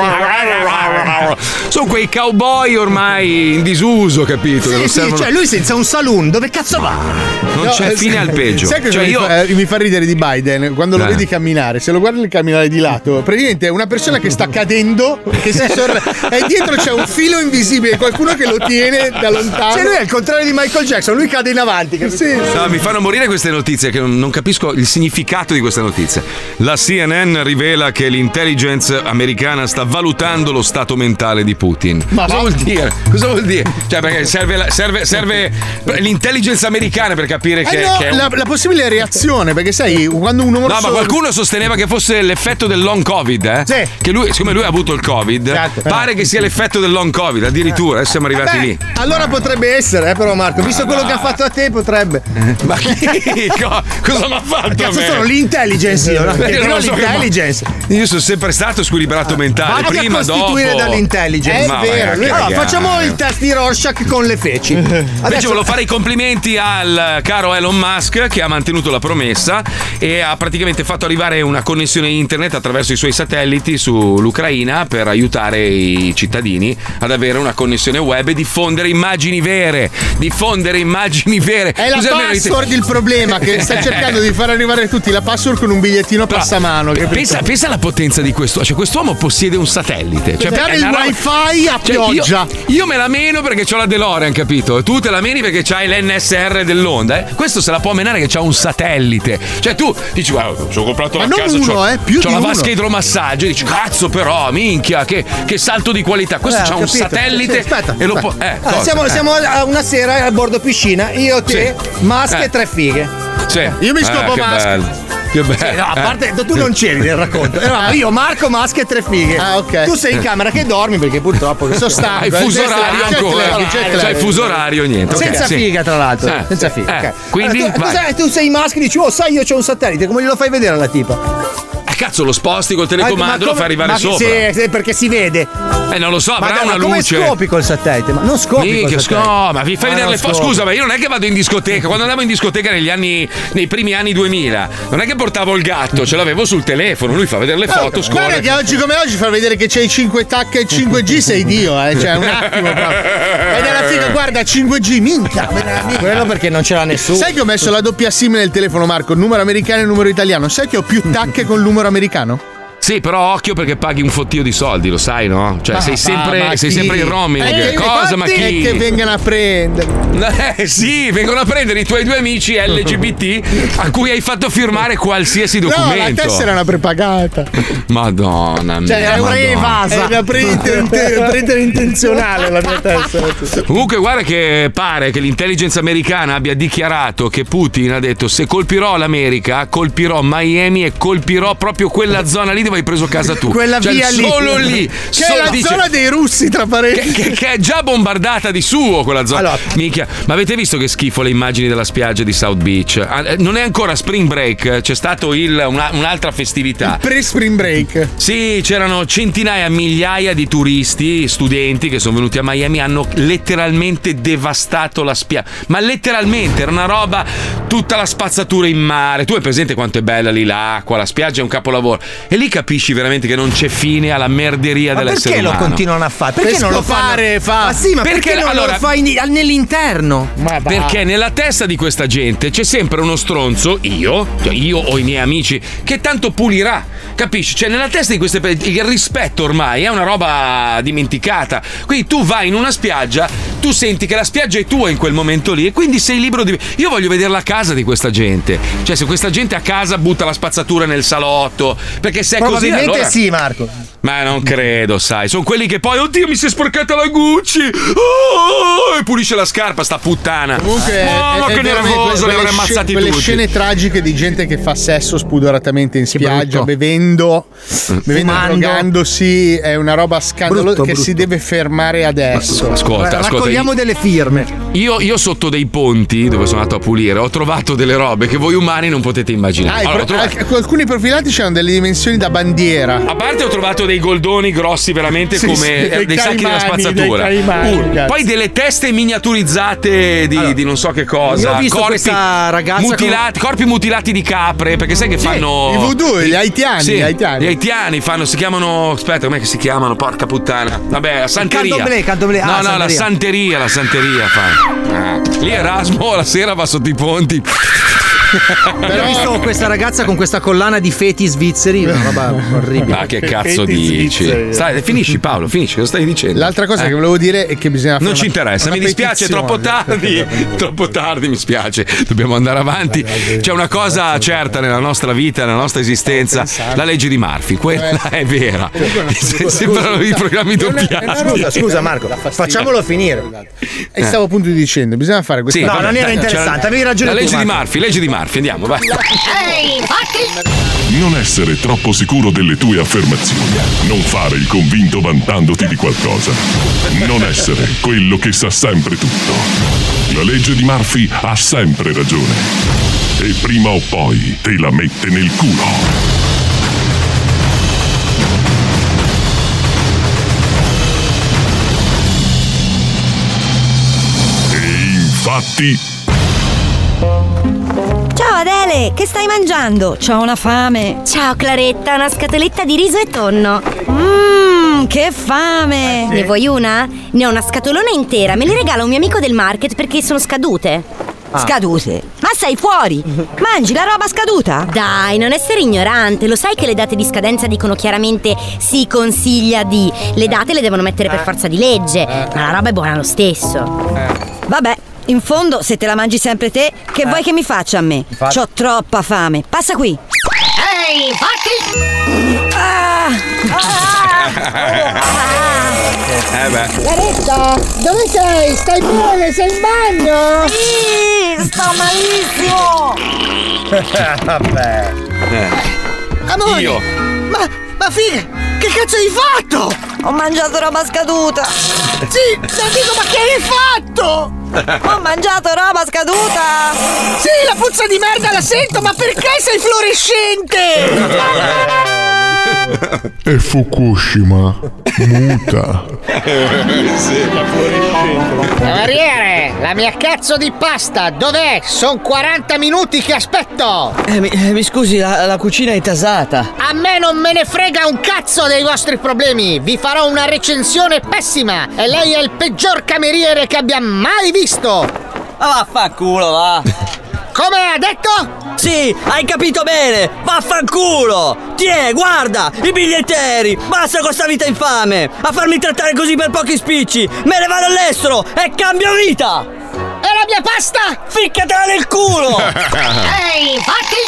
Sono quei cowboy ormai in disuso, capito? Cioè lui senza un saloon, dove cazzo va? Non c'è fine al peggio. Sai che mi fa ridere di Biden quando lo vedi camminare? Se lo guardi camminare di lato, praticamente è una persona che sta cadendo, che e dietro c'è un filo invisibile, qualcuno che lo tiene da lontano. Cioè lui è il contrario di Michael Jackson, lui cade in avanti. No, mi fanno morire queste notizie che non capisco il significato di queste notizie. La CNN rivela che l'intelligence americana sta valutando lo stato mentale di Putin. Cosa vuol dire? Cioè, perché serve l'intelligence americana per capire che è la possibile reazione, perché sai, quando uno No, ma qualcuno sosteneva che fosse l'effetto del long covid, Sì. Che lui, siccome lui ha avuto il covid, pare che sia l'effetto del long covid, addirittura. Adesso siamo arrivati lì. Allora potrebbe essere, però Marco, visto quello che ha fatto a te, potrebbe. Ma chi? Cosa mi ha fatto? Cazzo, sono l'intelligence io, l'intelligence. Io sono sempre stato squilibrato mentale. Vatti prima, a costituire dopo. dall'intelligence. È vero. Allora, facciamo il test di Rorschach con le feci. Invece volevo fare i complimenti al caro Elon Musk, che ha mantenuto la promessa e ha praticamente fatto arrivare una connessione internet attraverso i suoi satelliti sull'Ucraina per aiutare i cittadini ad avere una connessione web e diffondere immagini vere. È la password il problema, che sta cercando di far arrivare tutti la password con un bigliettino passamano. Pensa alla potenza di questo. Cioè, quest'uomo possiede un satellite. Cioè, dare il wifi a pioggia. Io me la meno perché c'ho la DeLorean, capito? Tu te la meni perché c'hai l'NSR dell'onda. Questo se la può menare che c'ha un satellite. Cioè, tu dici, guarda, ci ho comprato la casa, c'ho la vasca idromassaggio. E dici, cazzo, però, minchia, che salto di qualità. Questo c'ha un satellite. Aspetta, e lo può. Siamo a una sera a bordo piscina. Io, te, Musk e 3 fighe. Sì. Io mi scopo Musk. Che bello. No, a parte, tu non c'eri nel racconto. Eravamo io, Marco, Musk e 3 fighe. Ah, ok. Tu sei in camera che dormi perché purtroppo sono stanco. Hai fuso orario ancora. C'hai fuso orario, niente. Senza figa, tra l'altro. Senza figa. Okay. Quindi allora, tu sei Musk e dici, sai, io c'ho un satellite, come glielo fai vedere alla tipa? Cazzo, lo sposti col telecomando, lo fai arrivare sopra. Sì, perché si vede. Non lo so, avrà una luce. Ma scopi col satellite? Ma non scopi col satellite. No, ma vi fai vedere le foto. Scusa, ma io non è che vado in discoteca. Quando andavo in discoteca nei primi anni 2000, non è che portavo il gatto, ce l'avevo sul telefono. Lui fa vedere le foto, scorre. Guarda che oggi come oggi fa vedere che c'hai 5 tac e 5G, sei Dio, cioè un attimo proprio. Ed è la figa, guarda, 5G, minchia. Quello perché non ce l'ha nessuno. Sai che ho messo la doppia SIM nel telefono, Marco, il numero americano e il numero italiano. Sai che ho più tacche col numero americano? Sì, però occhio perché paghi un fottio di soldi, lo sai, no? Cioè, sei sempre in roaming. Cosa, ma chi? E che vengano a prendere. Sì, vengono a prendere i tuoi 2 amici LGBT a cui hai fatto firmare qualsiasi documento. No, la tessera era prepagata. Madonna mia. Cioè, era evasa. È una printer intenzionale la mia tessera. Comunque, guarda che pare che l'intelligence americana abbia dichiarato che Putin ha detto: se colpirò l'America, colpirò Miami e colpirò proprio quella zona lì dove hai preso casa tu. Quella via lì. Solo lì. Che è la zona dei russi, tra parentesi. Che è già bombardata di suo quella zona. Allora. Minchia. Ma avete visto che schifo le immagini della spiaggia di South Beach? Non è ancora spring break, c'è stato un'altra festività. Il pre-spring break. Sì, c'erano centinaia, migliaia di turisti, studenti che sono venuti a Miami, hanno letteralmente devastato la spiaggia. Ma letteralmente era una roba, tutta la spazzatura in mare. Tu hai presente quanto è bella lì l'acqua, la spiaggia è un capolavoro. E lì capisci veramente che non c'è fine alla merderia dell'essere umano. Perché lo continuano a fare? Perché non lo fanno? Ma sì, ma perché non lo fai nell'interno? Perché nella testa di questa gente c'è sempre uno stronzo, io o i miei amici, che tanto pulirà, capisci? Cioè nella testa di queste persone il rispetto ormai è una roba dimenticata. Quindi tu vai in una spiaggia, tu senti che la spiaggia è tua in quel momento lì e quindi sei libero di... Io voglio vedere la casa di questa gente. Cioè se questa gente a casa butta la spazzatura nel salotto, perché se è così allora... sì, Marco. Ma non credo, sai. Sono quelli che poi, oddio, mi si è sporcata la Gucci. Oh, e pulisce la scarpa, sta puttana. Comunque, che nervoso, li avrei ammazzati quelle tutti. scene tragiche di gente che fa sesso spudoratamente in spiaggia, bevendo, drogandosi, è una roba scandalosa che si deve fermare adesso. Ascolta, raccogliamo delle firme. Io sotto dei ponti dove sono andato a pulire ho trovato delle robe che voi umani non potete immaginare. Alcuni profilati hanno delle dimensioni da bandiera. A parte ho trovato dei goldoni grossi veramente come dei sacchi della spazzatura. Poi delle teste miniaturizzate di non so che cosa. Io ho visto questa ragazza corpi mutilati di capre, perché sai che fanno i voodoo, gli haitiani. Sì, gli haitiani fanno, si chiamano, aspetta, com'è che si chiamano? Porca puttana. Vabbè, la santeria. Candomblé. No, la santeria fanno. Lì Erasmo la sera va sotto i ponti. Però ho visto questa ragazza con questa collana di feti svizzeri, una roba orribile. Ma che cazzo dici? Finisci Paolo, cosa stai dicendo? L'altra cosa che volevo dire è che bisogna fare non ci interessa, mi dispiace, è troppo tardi, mi spiace. Dobbiamo andare avanti. C'è una cosa certa nella nostra vita, nella nostra esistenza, la legge di Murphy, quella è vera. Sembrano i programmi doppiati. Scusa Marco, facciamolo finire. E stavo appunto dicendo, bisogna fare questa no, non era interessante, avevi ragione. La legge di Murphy. Murphy. Andiamo, vai. Ehi, fatti! Non essere troppo sicuro delle tue affermazioni. Non fare il convinto vantandoti di qualcosa. Non essere quello che sa sempre tutto. La legge di Murphy ha sempre ragione. E prima o poi te la mette nel culo. Infatti. Ciao Adele, che stai mangiando? C'ho una fame. Ciao Claretta, una scatoletta di riso e tonno. Che fame! Ne vuoi una? Ne ho una scatolona intera, me le regala un mio amico del market perché sono scadute. Scadute? Ma sei fuori? Mangi la roba scaduta? Dai, non essere ignorante. Lo sai che le date di scadenza dicono chiaramente si consiglia di. Le date le devono mettere per forza di legge, ma la roba è buona lo stesso. Vabbè, in fondo se te la mangi sempre te, che vuoi che mi faccia a me? Infatti. C'ho troppa fame. Passa qui. Ehi, fatti! Beh. Claretta, dove sei? Stai bene? Sei in bagno? Sì, sto malissimo. Vabbè. Amore, Io. ma figa, che cazzo hai fatto? Ho mangiato roba scaduta. Sì, non dico, ma che hai fatto? Ho mangiato roba scaduta. Sì, la puzza di merda la sento, ma perché sei fluorescente? È Fukushima. Muta. Cameriere, la mia cazzo di pasta, dov'è? Sono 40 minuti che aspetto! Mi scusi, la cucina è tasata. A me non me ne frega un cazzo dei vostri problemi! Vi farò una recensione pessima! E lei è il peggior cameriere che abbia mai visto! Ma vaffanculo, va! Come ha detto? Sì, hai capito bene! Vaffanculo! Tiè, guarda! I biglietteri! Basta con sta vita infame! A farmi trattare così per pochi spicci! Me ne vado all'estero e cambio vita! E la mia pasta? Ficcatela nel culo! Ehi,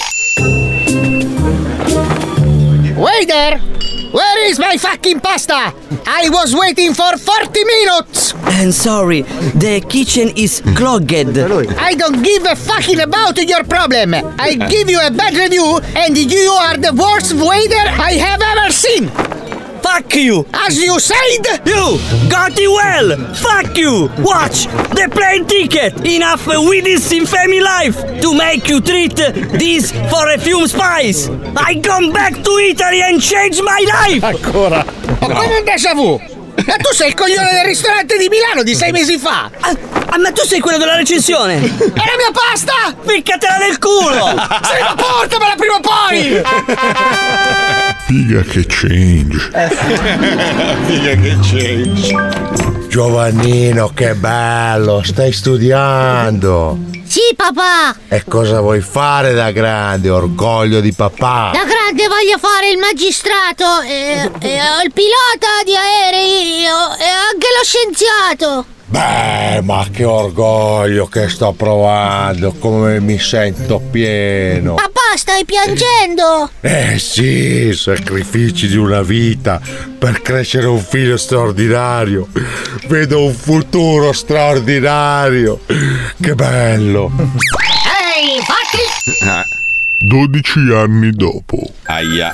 fatti! Waiter! Where is my fucking pasta? I was waiting for 40 minutes! I'm sorry, the kitchen is clogged. I don't give a fucking about your problem! I give you a bad review and you are the worst waiter I have ever seen! Fuck you! As you said! You got it well! Fuck you! Watch! The plane ticket! Enough with this infamy life to make you treat this for a few spice! I come back to Italy and change my life! Ancora! Ho come un déjà vu! Ma tu sei il coglione del ristorante di Milano di 6 mesi fa! Ma tu sei quello della recensione! E la mia pasta? Ficcatela nel culo! Sì, ma portamela prima o poi! Figa che change. Figa che change. Giovannino, che bello, stai studiando. Sì, papà! E cosa vuoi fare da grande, orgoglio di papà? Da grande voglio fare il magistrato e il pilota di aerei e anche lo scienziato. Beh, ma che orgoglio che sto provando, come mi sento pieno. Papà, stai piangendo? Sì, sacrifici di una vita per crescere un figlio straordinario. Vedo un futuro straordinario. Che bello. Ehi, fatti! 12 anni dopo. Aia.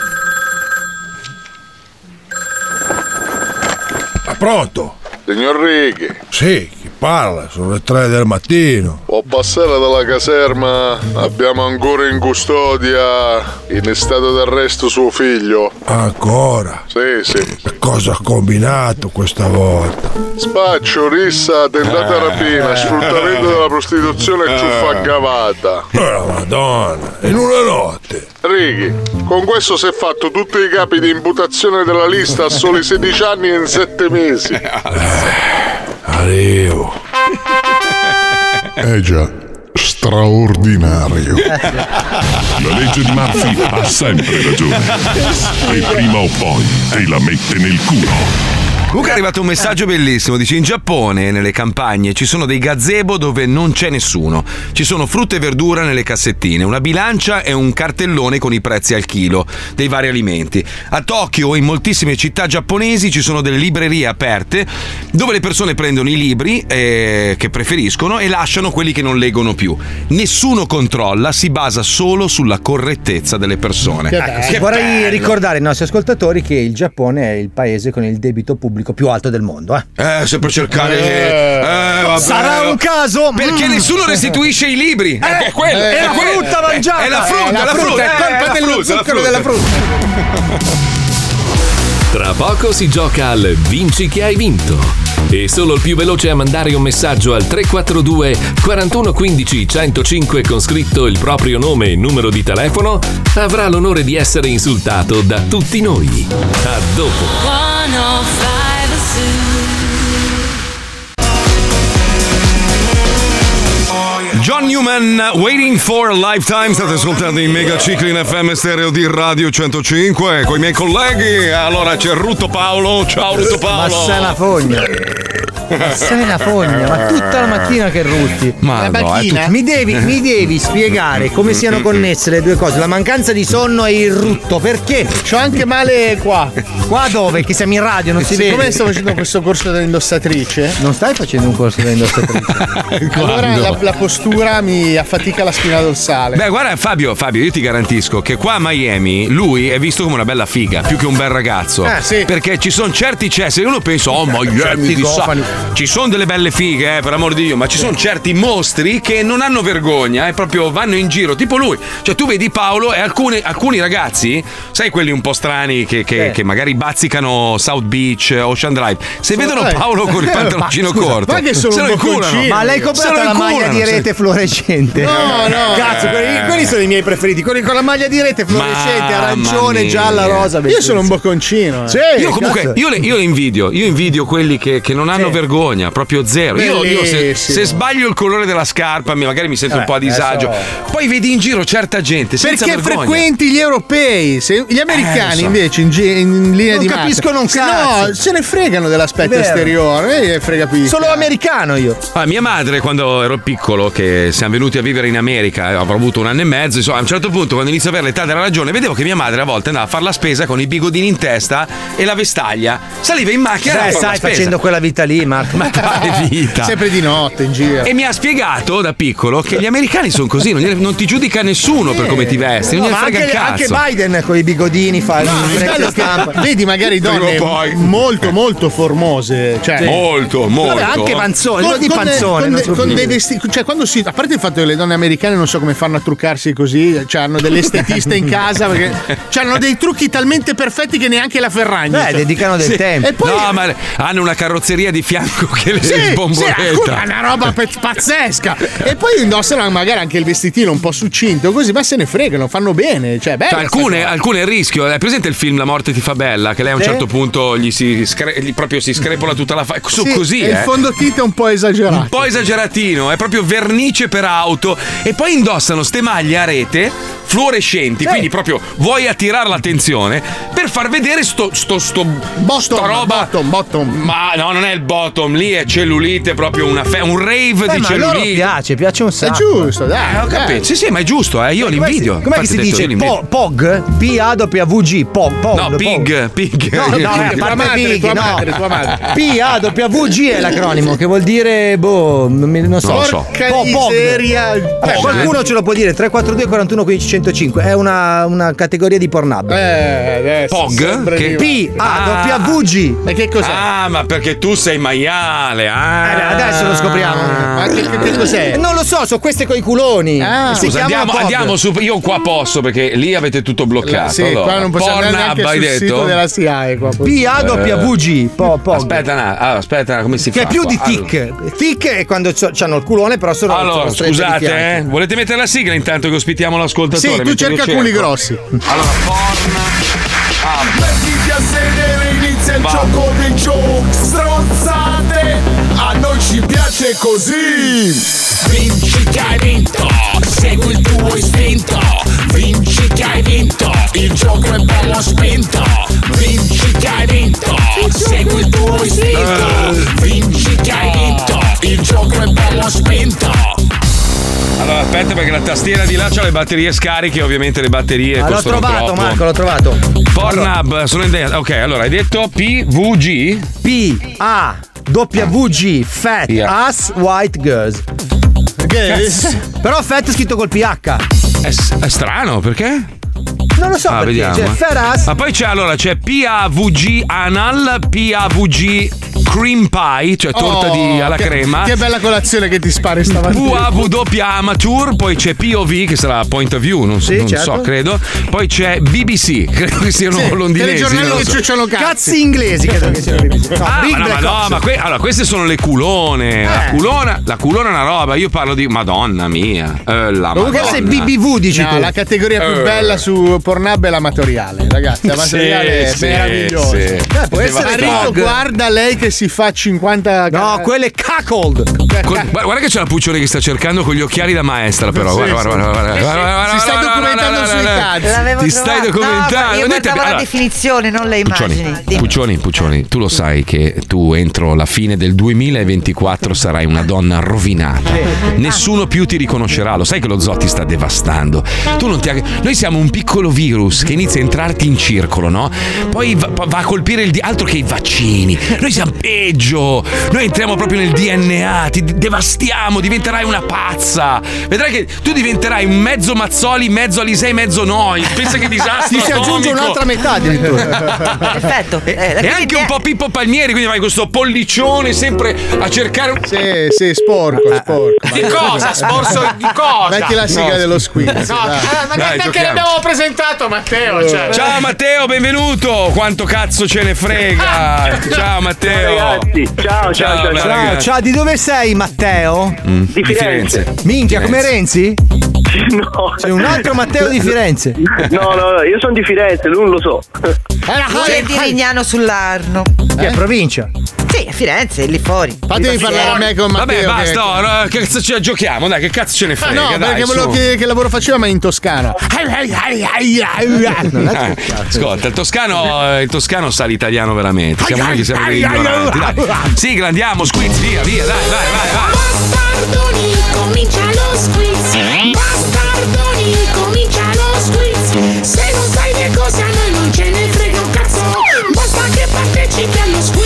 Pronto? Signor Righi. Sì, chi parla? Sono le 3 del mattino. Può passare dalla caserma? Abbiamo ancora in custodia, in stato d'arresto, suo figlio. Ancora? Sì, sì. Cosa ha combinato questa volta? Spaccio, rissa, tentata rapina, sfruttamento della prostituzione e truffa aggravata. Madonna, in una notte. Righi, con questo si è fatto tutti i capi di imputazione della lista a soli 16 anni e 7 mesi. Arrivo. Già, straordinario. La legge di Murphy ha sempre ragione. E prima o poi te la mette nel culo. Comunque è arrivato un messaggio bellissimo, dice: in Giappone nelle campagne ci sono dei gazebo dove non c'è nessuno, ci sono frutta e verdura nelle cassettine, una bilancia e un cartellone con i prezzi al chilo dei vari alimenti. A Tokyo e in moltissime città giapponesi ci sono delle librerie aperte dove le persone prendono i libri che preferiscono e lasciano quelli che non leggono più. Nessuno controlla, si basa solo sulla correttezza delle persone. Vorrei ricordare ai nostri ascoltatori che il Giappone è il paese con il debito pubblico più alto del mondo. Sempre cercare. Vabbè. Sarà un caso? Perché nessuno restituisce i libri. È quello. È la frutta mangiata. È la frutta. È colpa dello zucchero della frutta. Tra poco si gioca al Vinci che hai vinto. E solo il più veloce a mandare un messaggio al 342 41 15 105 con scritto il proprio nome e numero di telefono avrà l'onore di essere insultato da tutti noi. A dopo. John Newman, Waiting for a Lifetime. State ascoltando in Mega Cicli in FM stereo di Radio 105 con i miei colleghi. Allora c'è Rutto Paolo. Ciao Rutto Paolo. Ma sei una fogna. Sei una fogna, ma tutta la mattina che rutti. Ma la no, mi devi spiegare come siano connesse le due cose, la mancanza di sonno e il rutto, perché? C'ho anche male qua. Qua dove? Che siamo in radio, non si vede. Siccome sto facendo questo corso da indossatrice. Non stai facendo un corso da indossatrice? Allora la postura mi affatica la spina dorsale. Beh, guarda Fabio, io ti garantisco che qua a Miami lui è visto come una bella figa, più che un bel ragazzo. Sì. Perché ci sono certi cessi, uno pensa, Miami ci sono delle belle fighe, per amor di Dio, ma ci sono certi mostri che non hanno vergogna, proprio vanno in giro, tipo lui. Cioè tu vedi Paolo e alcuni ragazzi, sai quelli un po' strani che magari bazzicano South Beach, Ocean Drive, se vedono Paolo con il pantaloncino corto, ma che sono se lo inculano. Ma l'hai comprato la maglia di rete fluorescente? No. Cazzo, quelli sono i miei preferiti, quelli con la maglia di rete fluorescente, arancione, gialla, rosa. Io sono un bocconcino. Sì, io comunque io invidio quelli che non hanno vergogna, proprio zero. Io se sbaglio il colore della scarpa magari mi sento un po' a disagio. Poi vedi in giro certa gente senza perché vergogna. frequenti gli europei, gli americani invece in linea non di capiscono un cazzo. No, se ne fregano dell'aspetto esteriore, frega più. Solo americano io. Mia madre quando ero piccolo, che siamo venuti a vivere in America, avrò avuto 1 anno e mezzo, insomma, a un certo punto quando inizio a avere l'età della ragione, vedevo che mia madre a volte andava a fare la spesa con i bigodini in testa e la vestaglia, saliva in macchina. Stai facendo quella vita lì, Marco. Ma quale vita? Sempre di notte in giro. E mi ha spiegato da piccolo che gli americani sono così, non ti giudica nessuno per come ti vesti, non gliene frega il cazzo. Anche Biden con i bigodini fa vedi magari donne molto formose, cioè molto. Vabbè, anche panzone, con dei vestiti, cioè quando a parte il fatto che le donne americane non so come fanno a truccarsi così, cioè hanno delle estetiste in casa perché hanno dei trucchi talmente perfetti che neanche la Ferragni. Dedicano del tempo. E poi, no, ma hanno una carrozzeria di fianco che le sbomboletta. È una roba pazzesca. E poi indossano magari anche il vestitino un po' succinto così, ma se ne fregano, fanno bene. Cioè, alcune è il rischio. È presente il film La morte ti fa bella? Che lei a un certo punto gli proprio si screpola tutta la faccia. Così. Il fondotinta è un po' esagerato. Un po' esageratino, è proprio vernice per auto. E poi indossano ste maglie a rete fluorescenti, quindi proprio vuoi attirare l'attenzione per far vedere sto roba bottom. Ma no, non è il bottom, lì è cellulite, proprio un rave di cellulite. Ma piace un sacco. È giusto, dai. Ho capito. Sì, ma è giusto, io li invidio. Com'è che si dice? POG? P-A-W-G. POG. No, pig. Tua madre. P-A-W-G è l'acronimo, che vuol dire non so. Porca miseria. Qualcuno ce lo può dire. 342 41 15 105 è una categoria di Pornhub. POG? P-A-W-G. E che cos'è? Ma perché tu sei maiale. Adesso lo scopriamo. Ma che cos'è? Non lo so, sono queste coi culoni. Scusa, andiamo su. Io qua posso, perché lì avete tutto bloccato. Sì, allora, qua non possiamo andare neanche sul sito della SIAE. P-A-W-G. Aspetta, come si fa? Che è più di tic. Tic è quando c'hanno il culone, però sono. Allora, scusate, volete mettere la sigla intanto che ospitiamo l'ascoltatore? Sì, tu cerca culi grossi. Allora, mettiti a sedere, inizia il gioco dei giochi. Stronzate, a noi ci piace così. Vinci che hai vinto, segui il tuo istinto. Vinci che hai vinto, il gioco è bello spinto. Vinci che hai vinto, segui il tuo perché la tastiera di là c'ha le batterie scariche, ovviamente le batterie l'ho costano trovato, troppo. Marco, l'ho trovato. Pornhub, sono in ok, allora hai detto PVG? PAWG, Fat Ass White Girls. Però Fat è scritto col PH. È strano, perché? Non lo so perché, vediamo. C'è Fat Ass. Ma poi c'è PAVG Anal, PAVG Cream Pie, cioè torta alla crema. Che bella colazione che ti spari stamattina. PAW Amateur, poi c'è POV che sarà Point of View, non certo. so, credo. Poi c'è BBC, credo che siano olandesi. Telegiornali che ciucciano cazzi inglesi, credo che siano BBC. Ma queste sono le culone. La culona è una roba, io parlo di Madonna mia. Comunque se BBV dici tu. La categoria più bella su Pornhub è l'amatoriale, ragazzi. L'amatoriale è meraviglioso. Può essere Enrico, guarda lei che si fa 50. No, quello è cuckold. Guarda che c'è la Puccione che sta cercando con gli occhiali da maestra, però. Guarda. Si sta documentando sui cazzi. Ti stai documentando. Io guardavo la definizione, non le immagini. Puccioni, tu lo sai che tu entro la fine del 2024 sarai una donna rovinata. Nessuno più ti riconoscerà. Lo sai che lo zoo ti sta devastando. Noi siamo un piccolo virus che inizia a entrarti in circolo, no? Poi va a colpire altro che i vaccini. Noi siamo peggio. Noi entriamo proprio nel DNA, ti devastiamo, diventerai una pazza. Vedrai che tu diventerai un mezzo Mazzoli, mezzo Alisei, mezzo noi. Pensa che disastro. Ti si aggiunge un'altra metà addirittura. Perfetto. E anche un po' Pippo Palmieri, quindi vai questo pollicione sempre a cercare. Sì, sporco. Di cosa? Sporso di cosa? Metti la sigla dello squiz. Ma neanche l'abbiamo presentato, Matteo. Ciao Matteo, benvenuto. Quanto cazzo ce ne frega? Ciao Matteo. Ragazzi, ciao. Di dove sei, Matteo? Di Firenze. Minchia, come Renzi? No. Sei un altro Matteo di Firenze. No, io sono di Firenze, lui non lo so. Sei di Lignano sull'Arno. Che provincia? Sì, a Firenze, lì fuori. Fatemi parlare a me con Matteo. Vabbè, basta, che cazzo ci giochiamo, dai, che cazzo ce ne frega? No, perché volevo che lavoro faceva, ma in toscano. Ascolta, il toscano sa l'italiano veramente. Siamo noi che siamo degli ignoranti. Dai. Sigla, andiamo, squiz, via, vai. Bastardoni, comincia lo squiz. Bastardoni, comincia lo squiz. Se non sai le cose a noi non ce ne frega un cazzo. Basta che partecipi allo squiz.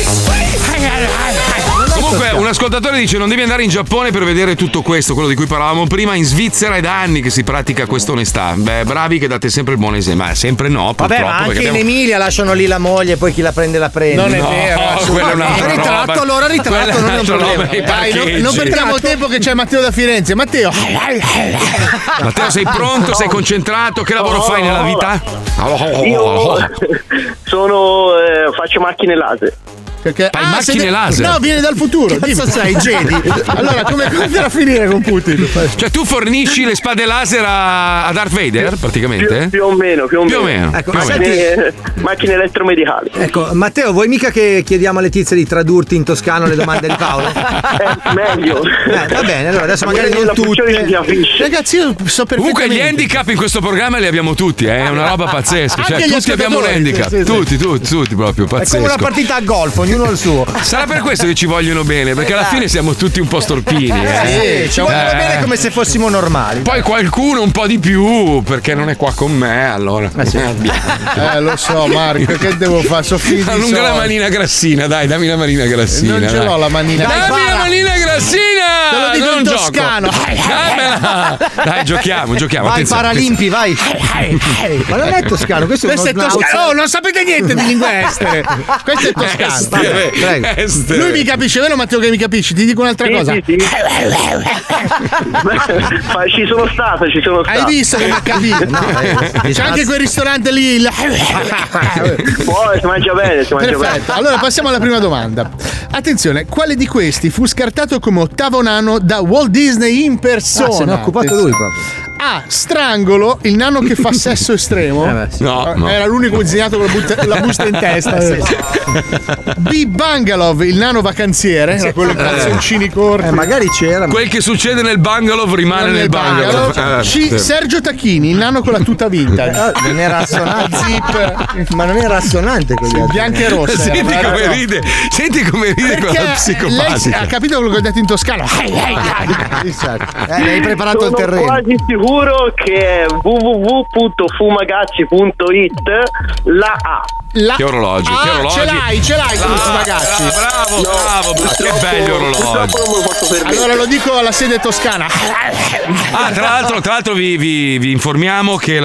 Comunque un ascoltatore dice non devi andare in Giappone per vedere tutto questo, quello di cui parlavamo prima. In Svizzera è da anni che si pratica questa onestà. Beh, bravi che date sempre il buon esempio. Ma sempre no, purtroppo. Vabbè, ma anche in Emilia lasciano lì la moglie e poi chi la prende la prende. Non è vero. Quella è un'altra roba. Allora ritratto non è un problema. Dai, non perdiamo tempo che c'è Matteo da Firenze. Matteo, sei pronto? Sei concentrato? Che lavoro fai nella vita? Io faccio macchine laser. Perché macchine laser? No, viene dal futuro. Cazzo sei, Jedi? Allora, come andrà a finire con Putin? Cioè, tu fornisci le spade laser a Darth Vader, praticamente? Più o meno. Ecco, macchine elettromedicali. Ecco, Matteo, vuoi mica che chiediamo a Letizia di tradurti in toscano le domande di Paolo? Meglio. Va bene, allora adesso magari non tutte. Ragazzi, io so perfettamente. Comunque gli handicap in questo programma li abbiamo tutti, è una roba pazzesca. Cioè, tutti abbiamo un handicap. Sì. Tutti proprio, pazzesco. È come una partita a golf, ognuno il suo. Sarà per questo che ci vogliono bene, perché alla fine siamo tutti un po' storpini. Sì, ci vogliono bene come se fossimo normali. Poi qualcuno un po' di più, perché non è qua con me, allora. Lo so, Marco, che devo fare? Allunga la manina grassina, dai, dammi la manina grassina. Non ce l'ho la manina. Dammi la manina grassina! Te lo dico in toscano. Dai, giochiamo. Vai, Paralimpi, vai. Ma non è toscano, questo è toscano. Oh, non sapete niente di lingue estere. Questo è toscano. Lui mi capisce, vero Matteo che mi capisci? Ti dico un'altra cosa. Sì. ci sono stato. Hai visto che mi ha capito? C'è anche quel ristorante lì. Poi si mangia bene, Perfetto. Allora passiamo alla prima domanda. Attenzione, quale di questi fu scartato come ottavo nano da Walt Disney in persona? Se ne è occupato lui proprio. A. Strangolo, il nano che fa sesso estremo. No. Era l'unico disegnato con la busta in testa. B. Bungalow, il nano vacanziere. Era quello in calzoncini corti. Magari c'era. Quel che succede nel bungalow rimane nel bungalow. C. Sergio Tacchini, il nano con la tuta vintage. Non era assonante. Ma non era assonante quello. Bianca e rossa. Senti come ride. Senti come ride quella psicopatica. Lei ha capito quello che ho detto in toscano. Hai preparato il terreno. Sono quasi sicuro che è www.fumagazzi.it la A. Che orologi, che orologi. Ce l'hai, ragazzi. Bravo. Che belli orologi. Allora lo dico alla sede toscana. Tra l'altro vi informiamo che la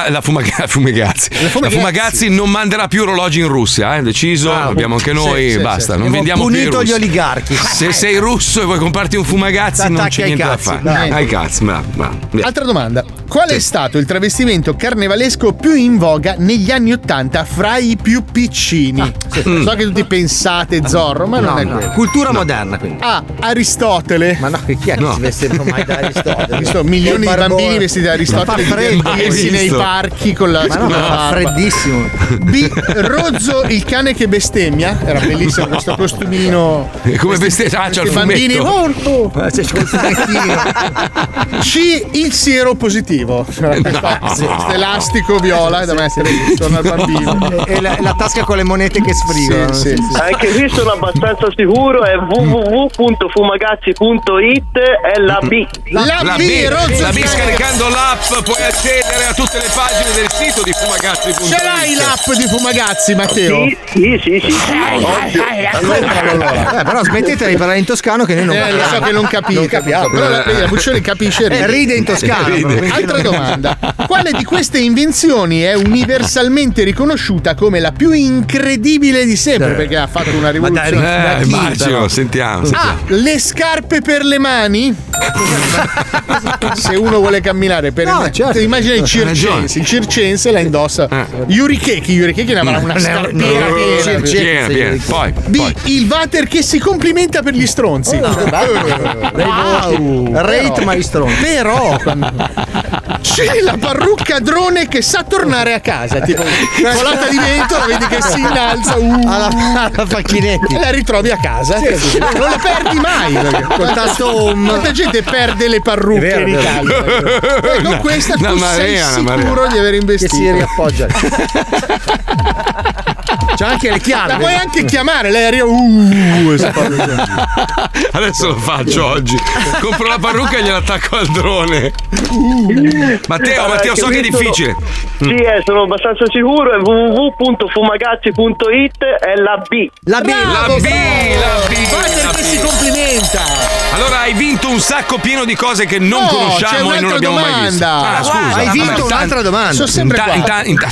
Fumagazzi non manderà più orologi in Russia, deciso, abbiamo anche noi, basta, non vendiamo più. Punito gli oligarchi. Se sei russo e vuoi comprarti un Fumagazzi non c'è niente da fare. Ai cazzi, bravo. Altra domanda. Qual è stato il travestimento carnevalesco più in voga negli anni '80 fra i più piccini? So che tutti pensate Zorro, ma non è quello. Cultura moderna, quindi. A. Aristotele. Ma no, che chi è che si vestivano mai da Aristotele? Visto milioni di bambini vestiti da Aristotele divertirsi nei parchi con la fa freddissimo. B. Rozzo, il cane che bestemmia. Era bellissimo questo costumino. Come bestemmia? C'è il bambini fumetto. c'è il fumettino. C. Il siero positivo. Questo elastico viola da mettere intorno al bambino. E la tasca con le monete che sfrigono. Sì. Anche qui sono abbastanza sicuro, è www.fumagazzi.it è la B. La B, scaricando l'app puoi accedere a tutte le pagine del sito di Fumagazzi.it. Ce l'hai l'app di Fumagazzi, Matteo? Sì. Però smettete di parlare in toscano che noi non lo so che non capite. Però la Buccioli capisce. Ride in toscano. Altra domanda. Quale di queste invenzioni è universalmente riconosciuta come la più incredibile di sempre? Perché ha fatto una rivoluzione. Immagino, sentiamo. A. Le scarpe per le mani. Se uno vuole camminare per certo. Immagina il circense la indossa. Yurikeki ne avrà una scarpiera piena. Poi. B. Il water che si complimenta per gli stronzi. Rate maestro. Però C. La parrucca drone che sa tornare a casa. Tipo colata di vento, vedi che si innalza alla facchinetti e la ritrovi a casa. Non la perdi mai. Col tasto home. Quanta gente perde le parrucche in Italia. Con questa tu sei sicuro di aver investito. Che si riappoggia. C'è anche le chiavi. La puoi anche chiamare, lei arriva. Adesso lo faccio oggi. Compro la parrucca e gliel'attacco al drone. Matteo, so che è difficile. Sì, sono abbastanza sicuro. È www.fumagazzi.it è la B. La B. Che si complimenta. Allora hai vinto un sacco pieno di cose che non conosciamo e non abbiamo mai visto. Scusa, hai vinto un'altra domanda. Sono sempre qua. Hai tenuto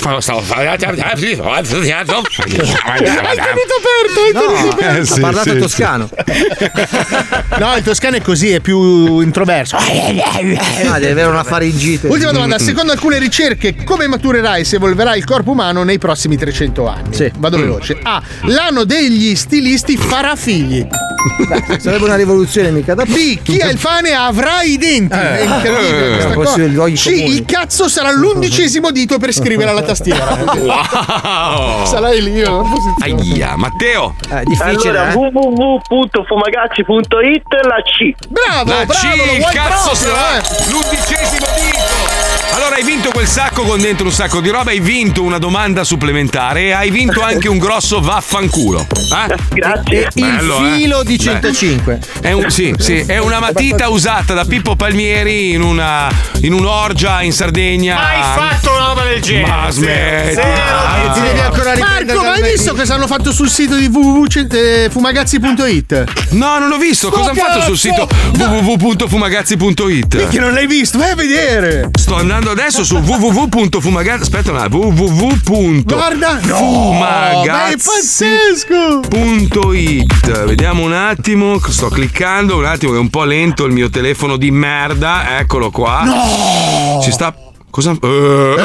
aperto. Ha parlato toscano. No, il toscano è così, è più introverso. Deve avere una faringite. Ultima domanda. Secondo alcune ricerche, come maturerai e si evolverà il corpo umano nei prossimi 300 anni? Sì. Vado veloce. A. L'anno degli stilisti farà figli. Sarebbe una rivoluzione mica da B. Chi ha il fane avrà i denti. È incredibile questa cosa. C. Il cazzo sarà l'11° dito per scrivere alla tastiera. Wow. Sarai lì. Aia, Matteo. Difficile. Allora, www.fumagazzi.it la C. Bravo, La C, lo vuoi cazzo proprio, sarà l'11° dito. Allora hai vinto quel sacco con dentro un sacco di roba, hai vinto una domanda supplementare e hai vinto anche un grosso vaffanculo. Grazie. Il filo di 105. È è una matita usata da Pippo Palmieri in un'orgia in Sardegna. Hai fatto una roba del genere? Ma smetti. Ti devi ancora riprendere. Marco, ma hai visto cosa hanno fatto sul sito di www.fumagazzi.it? No, non l'ho visto. Cosa hanno fatto sul sito www.fumagazzi.it? Perché non l'hai visto? Vai a vedere. Sto andando adesso su www.fumagazzi. Aspetta un attimo. Guarda. Fumagazzi. È pazzesco. .it. Vediamo un attimo. Sto cliccando un attimo che è un po' lento il mio telefono di merda. Eccolo qua. No. Ci sta. Cosa? Però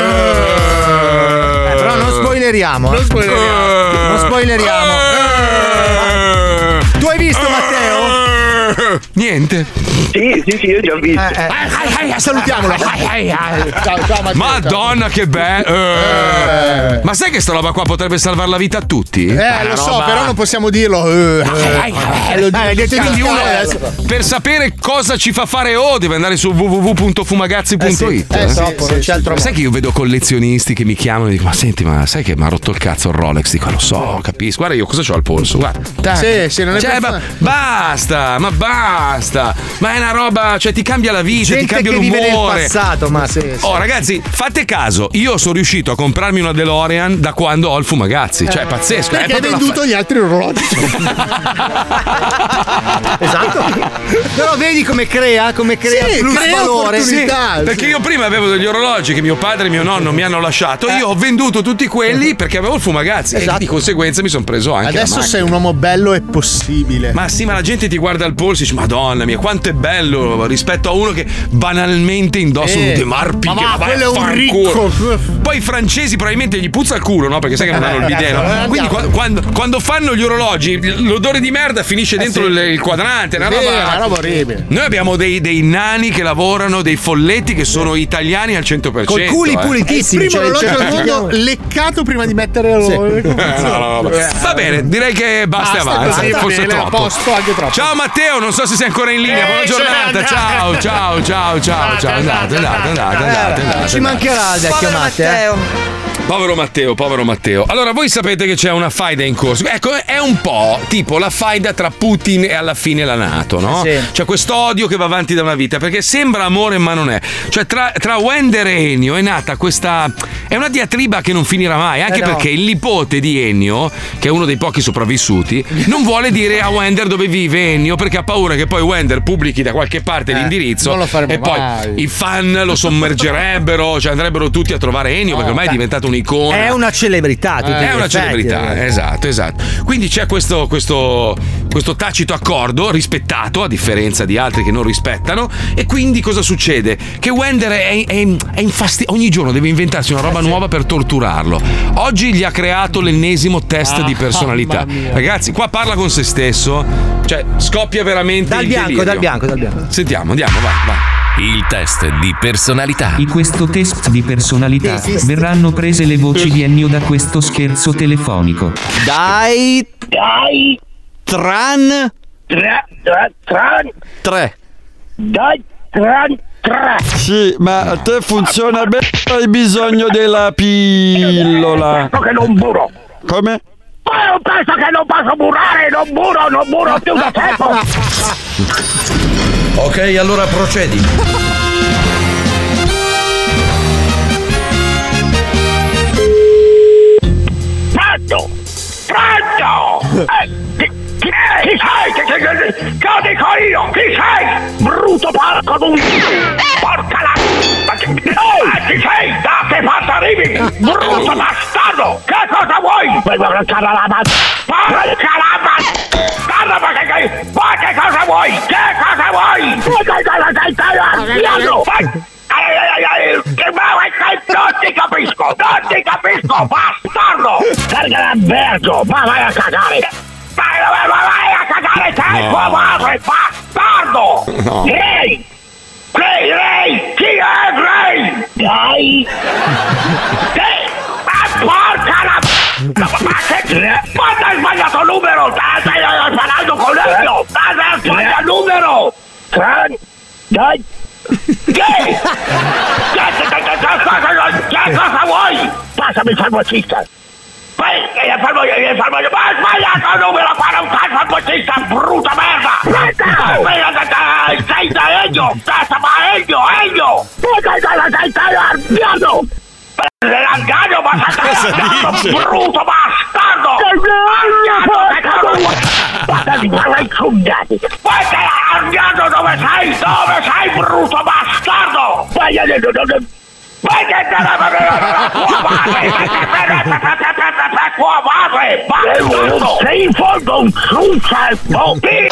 non spoileriamo. Non spoileriamo. Tu hai visto, Matteo? Niente. Sì, io già ho visto. Salutiamolo. Ciao, Matteo. Madonna, che bello. Ma sai che sta roba qua potrebbe salvare la vita a tutti? Lo so, però non possiamo dirlo. Quindi uno, per sapere cosa ci fa fare deve andare su www.fumagazzi.it. Non c'è altro modo. Sai che io vedo collezionisti che mi chiamano e dicono: ma senti, ma sai che mi ha rotto il cazzo il Rolex? Dico: lo so, capisco. Guarda io cosa c'ho al polso, guarda. Sì, non è basta. Ma è una roba, cioè ti cambia la vita, gente ti cambia che l'umore. vive nel passato, ma sì. Ragazzi, fate caso, io sono riuscito a comprarmi una DeLorean da quando ho il Fumagazzi, cioè è pazzesco. Perché hai venduto gli altri orologi. Esatto. Però vedi come crea plus valore. Sì, perché io prima avevo degli orologi che mio padre e mio nonno mi hanno lasciato, io ho venduto tutti quelli perché avevo il Fumagazzi e di conseguenza mi sono preso anche adesso sei un uomo bello e possibile. Ma sì, ma la gente ti guarda al polso e dice: madonna mia, quanto è bello rispetto a uno che banalmente indossa un De Marpi. Ma quello è un ricco. Poi i francesi probabilmente gli puzza il culo, no? Perché sai che non hanno il bidet, no? Quindi quando fanno gli orologi, l'odore di merda finisce dentro il quadrante. Una roba orribile. Noi abbiamo dei nani che lavorano, dei folletti che sono italiani al 100%. Con culi pulitissimi. Il primo orologio al mondo leccato prima di mettere Va bene, direi che basta e avanza. Forse bene, troppo. A posto, anche troppo. Ciao Matteo, non so se sei ancora in linea. Buona giornata. Ciao. Andate. Ci mancherà il vecchio Matteo. Povero Matteo. Allora, voi sapete che c'è una faida in corso. Ecco, è un po' tipo la faida tra Putin e alla fine la NATO, no? Sì. C'è questo odio che va avanti da una vita, perché sembra amore ma non è. Cioè tra Wender e Ennio è nata questa... È una diatriba che non finirà mai, anche perché il nipote di Ennio, che è uno dei pochi sopravvissuti, non vuole dire a Wender dove vive Ennio perché ha paura che poi Wender pubblichi da qualche parte l'indirizzo e poi i fan lo sommergerebbero, cioè andrebbero tutti a trovare Ennio perché ormai è diventato un'icona. È una celebrità. È una celebrità, esatto. Quindi c'è questo tacito accordo rispettato, a differenza di altri che non rispettano. E quindi cosa succede? Che Wender è infastidito, ogni giorno deve inventarsi una roba nuova per torturarlo. Oggi gli ha creato l'ennesimo test di personalità. Ragazzi, qua parla con se stesso, cioè scoppia veramente dal bianco. Sentiamo, andiamo, vai. Il test di personalità. In questo test di personalità verranno prese le voci di Ennio da questo scherzo telefonico. Dai. Tran. 3. Dai, tran. Sì, ma a te funziona bene, hai bisogno della pillola. Penso che non burro. Come? Ma io penso che non posso burrare, non burro più da tempo. Ok, allora procedi. Pronto! Chi sei? Che dico io? Chi sei? Brutto porco d'un... Porca la... Chi sei? Da che parte arrivi? Brutto bastardo! Che cosa vuoi? Porca la bastardo! Ma che cosa vuoi? Che cosa vuoi? Non ti capisco, bastardo! Carga l'albergo, ma vai a cagare! Vai a cagare te, tua madre, bastardo! No. Ray! Chi è Ray? Dai! Porca la... Ma hai sbagliato numero! Stai parlando con Ennio! Hai sbagliato numero! Dai! Che cosa vuoi? Passami il farmacista! Ma hai sbagliato il numero qua, non fai il farmacista, brutta merda! Sei da Ennio! Ennio! Stai arrabbiando! L'angano, ma stai brutto bastardo! Poi stai arrabbiando dove sei, brutto bastardo! Tua madre, bastardo! Sei in fondo un ciuccio!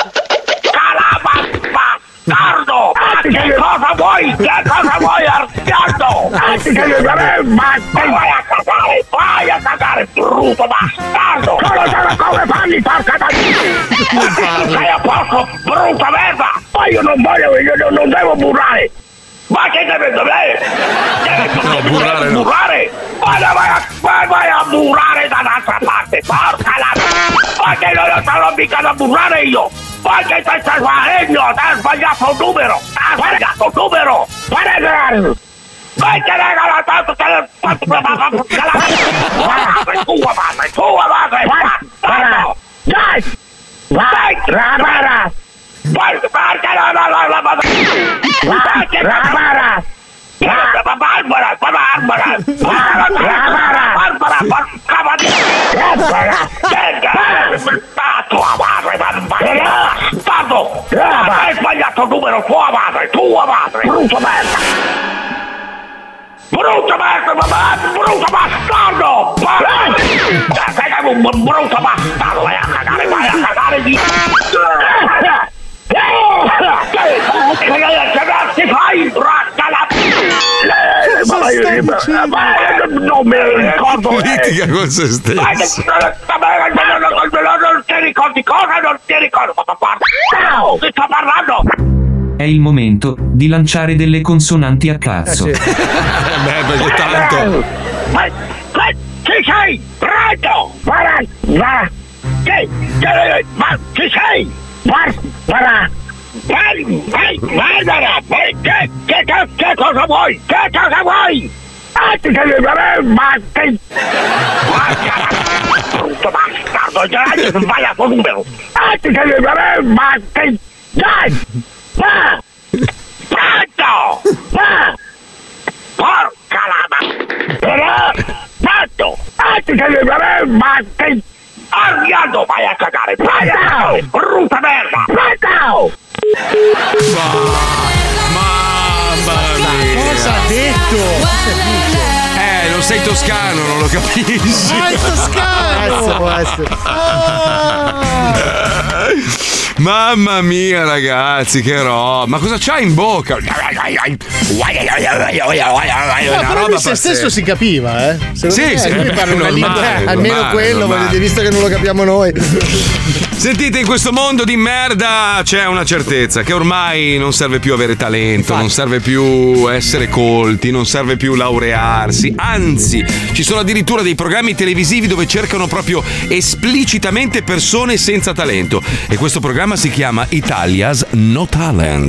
Bastardo! Che cosa vuoi? Arziano? Ma vai a cagare! brutto bastardo! Come parli, porca sei a posto, brutta merda! Ma io non voglio, io non devo burlare! Ma che deve burlare? Vai a burlare dall'altra parte, porca la... Ma che non sono mica da burlare io! Ma che stai sbagliando? Hai sbagliato il numero! Vai che regala tanto che le... tua madre! Dai! Barbara! Hai sbagliato il numero, tua madre! Brutto bastardo! Sei un brutto bastardo! Vai a cagare di... Che cazzo fai? Non me lo ricordo. Litiga con se stesso. Non ti ricordi cosa? Non ti ricordo. Ti sto parlando. È il momento di lanciare delle consonanti a cazzo. Beh, perché tanto. Chi sei? Pronto? Chi sei? Barbara! Che cosa vuoi? Ti devi avere brutto bastardo! Hai sbagliato numero! Ti devi avere dai! Pronto! Porca la pronto! Ti devi avere Arriando, vai a cagare! Brutta merda! Mamma mia! Cosa ha detto? Non sei toscano, non lo capisci. È toscano! Può essere. Mamma mia, ragazzi, che roba! Ma cosa c'hai in bocca? Però lui se stesso si capiva, eh? Sì, parla una lingua. Almeno quello, voglio dire, visto che non lo capiamo noi. Sentite, in questo mondo di merda c'è una certezza, che ormai non serve più avere talento, non serve più essere colti, non serve più laurearsi, anzi, ci sono addirittura dei programmi televisivi dove cercano proprio esplicitamente persone senza talento, e questo programma si chiama Italia's No Talent.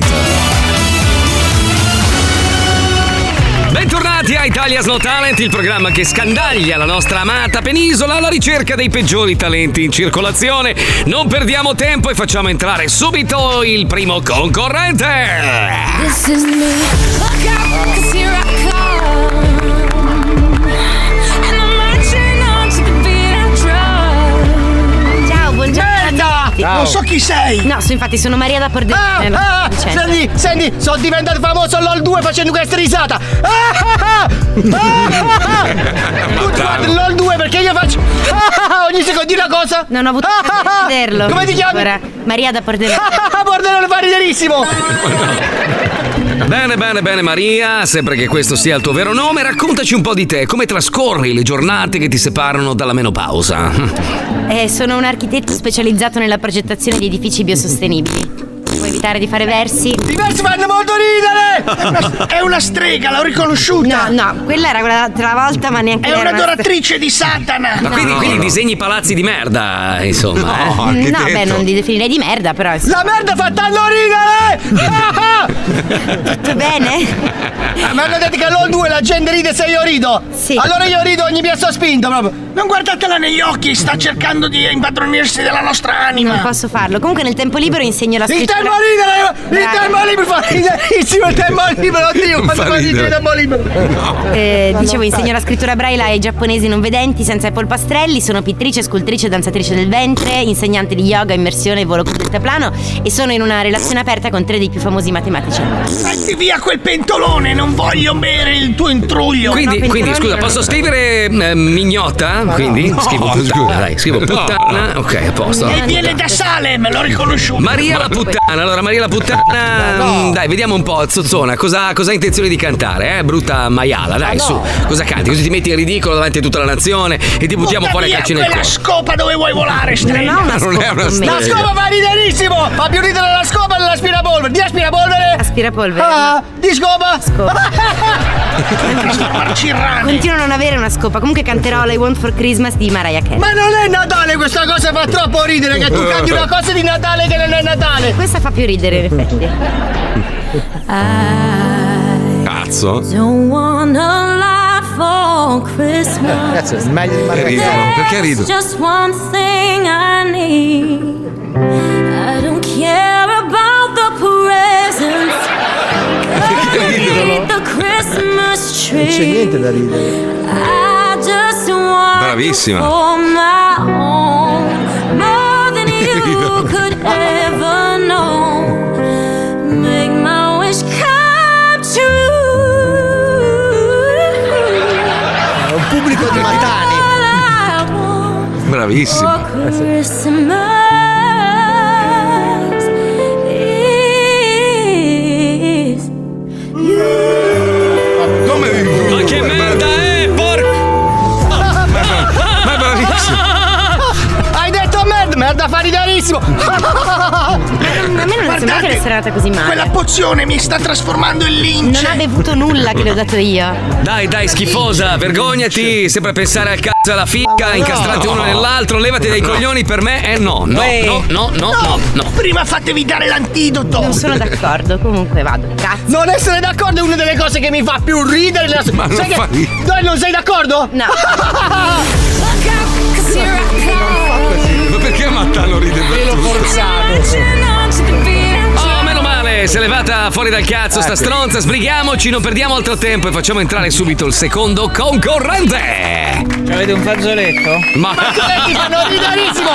Bentornati a Italia's No Talent, il programma che scandaglia la nostra amata penisola alla ricerca dei peggiori talenti in circolazione. Non perdiamo tempo e facciamo entrare subito il primo concorrente. This is me. Look out, 'cause here I come. And I'm marching on to the beat of drum. Ciao, buongiorno. Ciao. Non so chi sei. No, infatti sono Maria da Pordenone. Senti, sono diventato famoso all'Ol 2 facendo questa risata. Tu guardi l'Ol 2 perché io faccio ogni secondo. Di una cosa. Non ho avuto modo di vederlo. Come ti chiami? Maria da Pordenone. Pordenone fa riderissimo. Bene Maria, sempre che questo sia il tuo vero nome, raccontaci un po' di te, come trascorri le giornate che ti separano dalla menopausa. Sono un architetto specializzato nella progettazione di edifici biosostenibili. Puoi evitare di fare versi? I versi fanno molto ridere! È una strega, l'ho riconosciuta! No, quella era quella dell'altra volta, ma neanche è un'adoratrice di Satana! Ma quindi disegni palazzi di merda, insomma. No, non li definirei di merda, però. La merda fa tanto ridere! Tutto bene? Mi hanno detto che all'Ol 2 la gente ride se io rido! Sì. Allora io rido ogni piazza spinto proprio! Non guardatela negli occhi, sta cercando di impadronirsi della nostra anima! Non posso farlo, comunque nel tempo libero insegno la scrittura. Il tempo libero fa riderissimo, il tempo libero, oddio, quando poi dice il tempo libero. Dicevo, insegno la scrittura braille ai giapponesi non vedenti senza i polpastrelli, sono pittrice, scultrice, danzatrice del ventre, insegnante di yoga, immersione e volo con deltaplano, e sono in una relazione aperta con 3 dei più famosi matematici. Metti via quel pentolone, non voglio bere il tuo intruglio. Quindi scusa, posso scrivere mignotta? Quindi scrivo puttana, ok, a posto. E viene da Salem, l'ho riconosciuto. Maria la puttana, allora Allora, Maria la puttana, dai, vediamo un po', Zozzona, cosa hai intenzione di cantare, brutta maiala, dai, su. Cosa canti? Così ti metti in ridicolo davanti a tutta la nazione e ti buttiamo fuori a calci nel cuore. La scopa dove vuoi volare, strega. Non è una strega. La scopa fa riderissimo! Fa più ridere la scopa dell'aspirapolvere. Di aspirapolvere? Aspirapolvere. Di scopa? Continuo a non avere una scopa. Comunque canterò I Want for Christmas di Mariah Carey. Ma non è Natale, questa cosa fa troppo ridere. Che tu canti una cosa di Natale che non è Natale. Questa fa più ridere, in effetti. Cazzo. Don't wanna lie for Christmas. Cazzo, è meglio di Mariah Carey. Perché rido? Just one thing I need. I don't care about the presents. I need the Christmas tree. Non c'è niente da ridere. I just want Bravissima. for my own, more than you could ever know. Make my wish come true. È un pubblico di Matani. Bravissima. Ma che merda è, ma è bravissimo. Hai detto merda fa riderissimo. A me non sembra che sia andata così male. Quella pozione mi sta trasformando in lince. Non ha bevuto nulla che le ho dato io. Dai, schifosa, vergognati, sempre a pensare al cazzo e alla fica, incastrati uno nell'altro, levati dai coglioni, per me no. Prima fatevi dare l'antidoto. Non sono d'accordo, comunque vado. Cazzo. Non essere d'accordo è una delle cose che mi fa più ridere. Ma sai non che... Dai, non sei d'accordo? No. Ma perché Mattano ride per Pelo tutto? forzato. Oh, meno male, si è levata fuori dal cazzo sta stronza, sbrighiamoci, non perdiamo altro tempo e facciamo entrare subito il secondo concorrente. Avete un fazzoletto? Ma ti fanno riderissimo.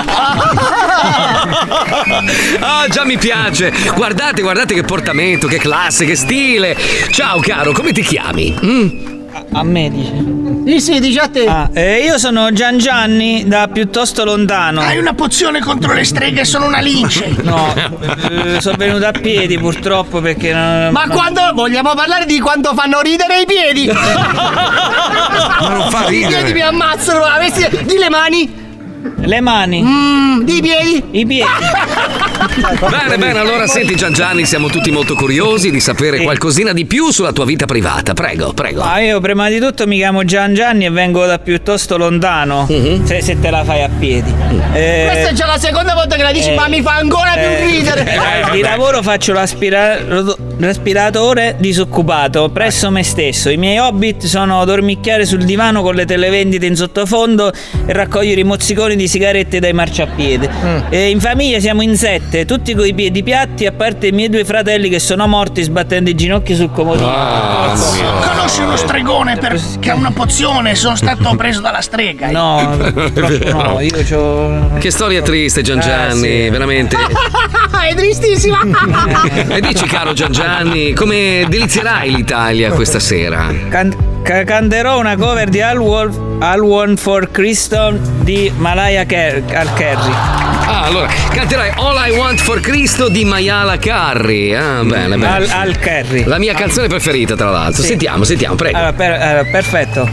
Ah, già mi piace. Guardate che portamento, che classe, che stile. Ciao caro, come ti chiami? A me dice. Sì, dice a te. Io sono Gianni da piuttosto lontano. Hai una pozione contro le streghe, sono una lince. No, sono venuto a piedi purtroppo perché Ma quando vogliamo parlare di quanto fanno ridere i piedi? Ma non fa ridere. I piedi mi ammazzano. Di le mani. Le mani. Di piedi. I piedi. Bene, allora senti Gianni, siamo tutti molto curiosi di sapere qualcosina di più sulla tua vita privata, prego. Io prima di tutto mi chiamo Gianni e vengo da piuttosto lontano, se te la fai a piedi. Questa è già la seconda volta che la dici, ma mi fa ancora più ridere. Di lavoro faccio l'aspiratore disoccupato presso me stesso. I miei hobby sono dormicchiare sul divano con le televendite in sottofondo e raccogliere i mozziconi di sigarette dai marciapiede. In famiglia siamo in 7, tutti coi piedi piatti, a parte i miei 2 fratelli che sono morti sbattendo i ginocchi sul comodino. Conosci uno stregone che ha una pozione? Sono stato preso dalla strega. No, purtroppo no, io c'ho... Che storia triste Gianni, sì. Veramente. È tristissima. E dici caro Gianni, come delizierai l'Italia questa sera? Canterò una cover di All Want for Christmas di Mariah Carey. Allora, canterai All I Want for Cristo di Mariah Carey. Bene. Al Carey. La mia canzone preferita, tra l'altro. Sì. Sentiamo, prego. Allora, perfetto.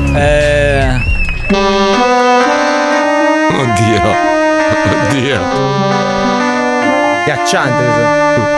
Oddio. Ghiacciante.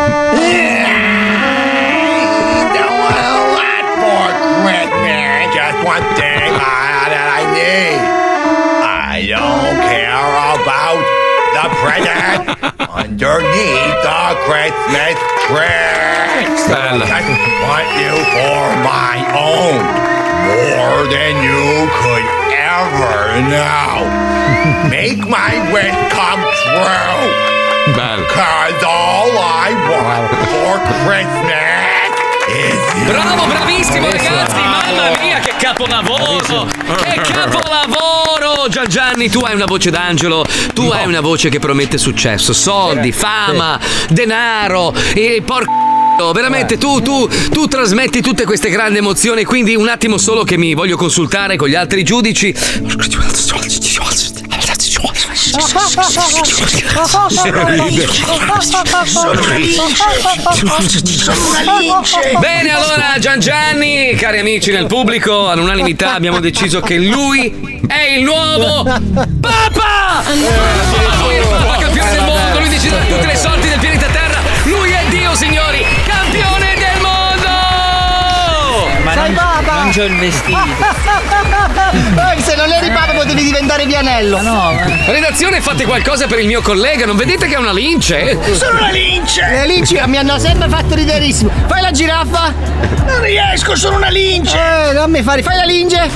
Just one thing that I need. I don't care about the present underneath the Christmas tree. Bella. I just want you for my own, more than you could ever know. Make my wish come true. Bello. 'Cause all I want for Christmas is you. Bravo, bravissimo ragazzi, mamma mia che capolavoro! Che capolavoro! Gianni, tu hai una voce d'angelo, tu hai una voce che promette successo, soldi, fama, denaro e veramente tu trasmetti tutte queste grandi emozioni, quindi un attimo solo che mi voglio consultare con gli altri giudici. Bene, allora Gianni, cari amici nel pubblico, all'unanimità abbiamo deciso che lui è il nuovo Papa! Lui è il Papa campione del mondo, lui decide tutte le sorti del pianeta Terra, lui è Dio, signori, campione del mondo! Ma non c'ho il vestito. Se non eri Papa potevi diventare Vianello. No. Redazione, fate qualcosa per il mio collega, non vedete che è una lince? Sono una lince! Le linci mi hanno sempre fatto riderissimo. Fai la giraffa? Non riesco, sono una lince! Dammi fare, fai la lince!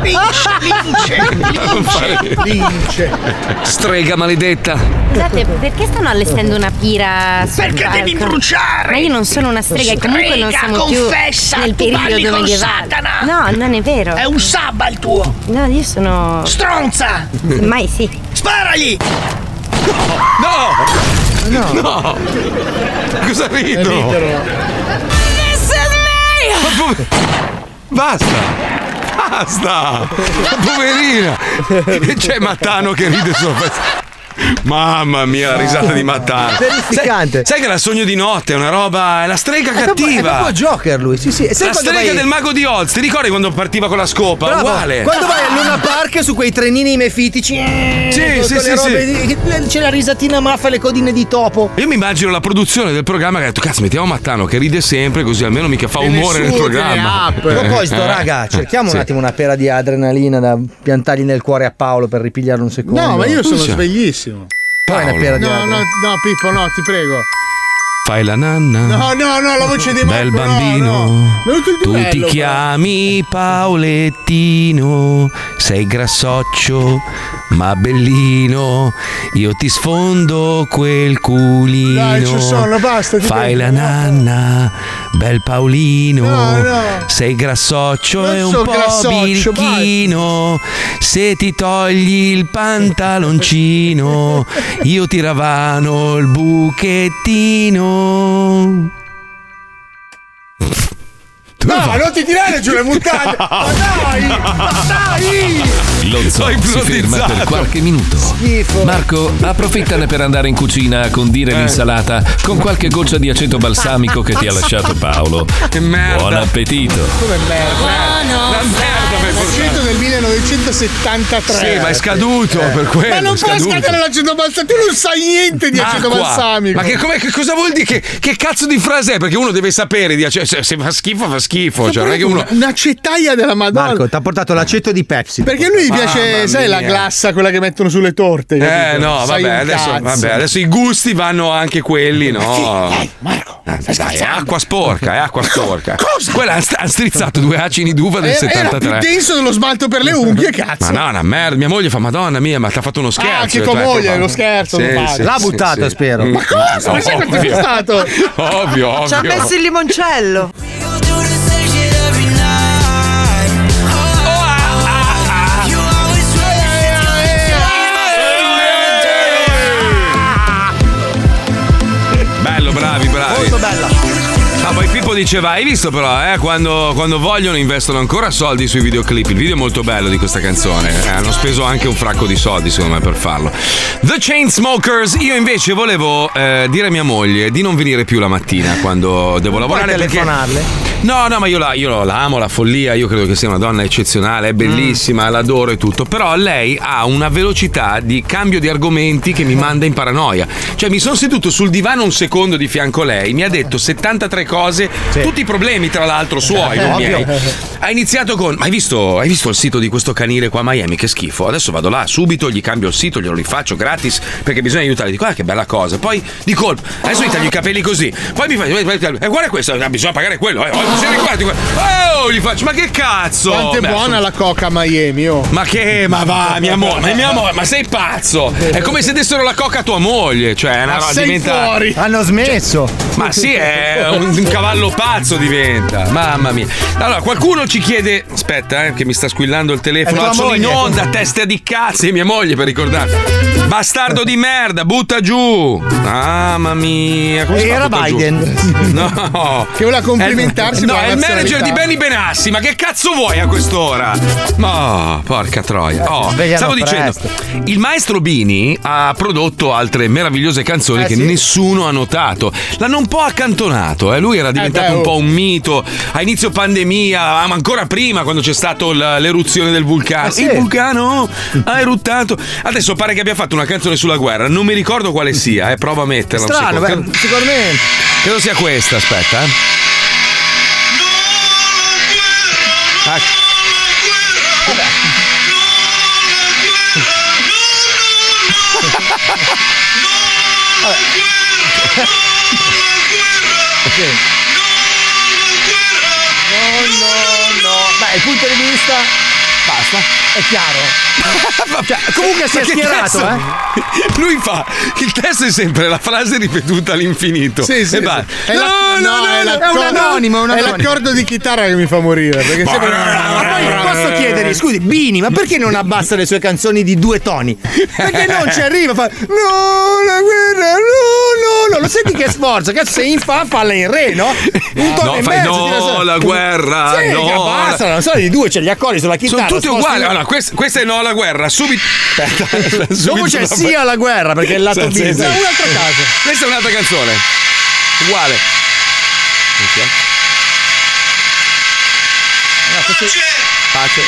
Lince. Strega maledetta. Scusate, perché stanno allestendo una pira sul Perché palco? devi bruciare? Ma io non sono una strega e comunque non siamo più confessa, nel tu parli periodo con medievale. Satana. No, non è vero. È un sabba il tuo! No, io sono... Stronza! Mai sì. Sparagli! No! Cosa ridono? Basta! Poverina! E c'è Mattano che ride sopra. Mamma mia, la risata di Mattano. Terrificante. Sai che la sogno di notte è una roba. È la strega È cattiva. proprio Joker lui, sì. La strega del mago di Oz. Ti ricordi quando partiva con la scopa? Bravo. Uguale. Quando vai al Luna Park su quei trenini mefitici. C'è la risatina maffa e le codine di topo. Io mi immagino la produzione del programma che ha detto: cazzo, mettiamo Mattano che ride sempre, così almeno mica fa umore nel programma. A proposito, raga, cerchiamo un attimo una pera di adrenalina da piantargli nel cuore a Paolo per ripigliarlo un secondo. No, ma io sono sveglissimo. Poi una pera di no, Pippo, no, ti prego. Fai la nanna. No, la voce di Marco. Bel bambino. Tu ti chiami Paolettino, sei grassoccio ma bellino, io ti sfondo quel culino. Dai, ci sono, basta. Fai la nanna, bel Paolino, sei grassoccio e un po' birichino. Se ti togli il pantaloncino, io ti ravano il buchettino. No, non ti tirare giù le mutande! Ma dai! Lo zoo si ferma per qualche minuto. Schifo. Marco, approfittane per andare in cucina a condire l'insalata con qualche goccia di aceto balsamico che ti ha lasciato Paolo. Che merda! Buon appetito! Come merda? Una merda per L'aceto del 1973. Sì, ma è scaduto per quello. Ma non può scadere l'aceto balsamico. Tu non sai niente di aceto balsamico. Ma che cosa vuol dire? Che cazzo di frase è? Perché uno deve sapere di aceto. Se fa schifo, fa schifo. Cioè, non è che uno. Una cettaia della Madonna. Marco, ti ha portato l'aceto di Pepsi. Perché lui piace, sai, la glassa, quella che mettono sulle torte. No, vabbè, adesso i gusti vanno anche quelli, no? Marco, dai, è acqua sporca, Cosa? Quella ha strizzato 2 acini d'uva del 73. Era più denso dello smalto per le unghie, cazzo. Ma no, una merda. Mia moglie fa: Madonna mia, ma ti ha fatto uno scherzo. Anche tua moglie, lo scherzo. L'ha buttato, spero. Ma cosa? Ma sempre è stato? Ovvio. Ci ha messo il limoncello. Bravi. Molto bella. Poi Pippo diceva: hai visto però, quando vogliono investono ancora soldi sui videoclip. Il video è molto bello di questa canzone. Hanno speso anche un fracco di soldi, secondo me, per farlo. The Chainsmokers. Io invece volevo dire a mia moglie di non venire più la mattina quando devo lavorare. Puoi telefonarle? No, ma io la amo, la follia. Io credo che sia una donna eccezionale, è bellissima, l'adoro e tutto. Però lei ha una velocità di cambio di argomenti che mi manda in paranoia. Cioè, mi sono seduto sul divano un secondo di fianco a lei, mi ha detto 73 cose, tutti i problemi, tra l'altro, suoi, non miei. Ha iniziato con: hai visto il sito di questo canile qua a Miami? Che schifo. Adesso vado là subito, gli cambio il sito, glielo rifaccio gratis perché bisogna aiutare. Dico: che bella cosa. Poi di colpo adesso gli taglio i capelli così. Poi mi fa: guarda questo, bisogna pagare quello. Gli faccio: ma che cazzo? Quanto è buona la coca a Miami, oh. Ma va, mia amore, ma sei pazzo? È come se dessero la coca a tua moglie. Cioè, diventa. Fuori. Hanno smesso. Ma sì, è un cavallo pazzo diventa. Mamma mia. Allora, qualcuno ci chiede: aspetta, che mi sta squillando il telefono. Sono in onda, testa di cazzo. È mia moglie, per ricordare. Bastardo di merda, butta giù. Mamma mia. Era Biden. No. Che voleva complimentarsi massimo. No, la è il manager nazionalità. di Benny Benassi, ma che cazzo vuoi a quest'ora? Ma porca troia. Stavo dicendo, il maestro Bini ha prodotto altre meravigliose canzoni che nessuno ha notato. L'hanno un po' accantonato, lui era diventato un po' un mito a inizio pandemia, ma ancora prima quando c'è stato l'eruzione del vulcano. Il vulcano ha eruttato. Adesso pare che abbia fatto una canzone sulla guerra, non mi ricordo quale sia, prova a metterla. Strano, sicuramente. Credo sia questa, aspetta. No. Beh, il punto di vista. Basta, è chiaro. Cioè, comunque si è schierato, Lui fa il testo è sempre la frase ripetuta all'infinito. Sì. E va. È un anonimo. È l'accordo di chitarra che mi fa morire. Perché Posso chiedergli, scusi, Bini, ma perché non abbassa le sue canzoni di 2 toni? Perché non ci arriva? Fa no, la guerra, no. Lo senti che sforzo? Cazzo, se in fa, falla in re, no? Un tono in mezzo. No, la guerra, sì, no. Abbassa, non so, di 2 c'è gli accordi sulla chitarra. Sono tutti uguali. Allora, questa è no alla guerra. Subito. Dopo c'è sia la guerra, perché è il lato B. Sì. Un'altra casa. Questa è un'altra canzone. Uguale. Pace.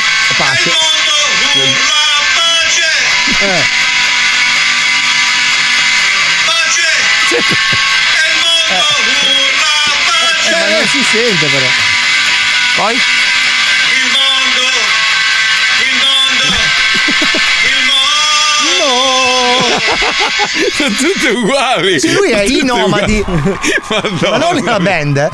Ma non si sente però. Poi? Sono tutte uguali. Sì, lui è i nomadi. Ma non la band.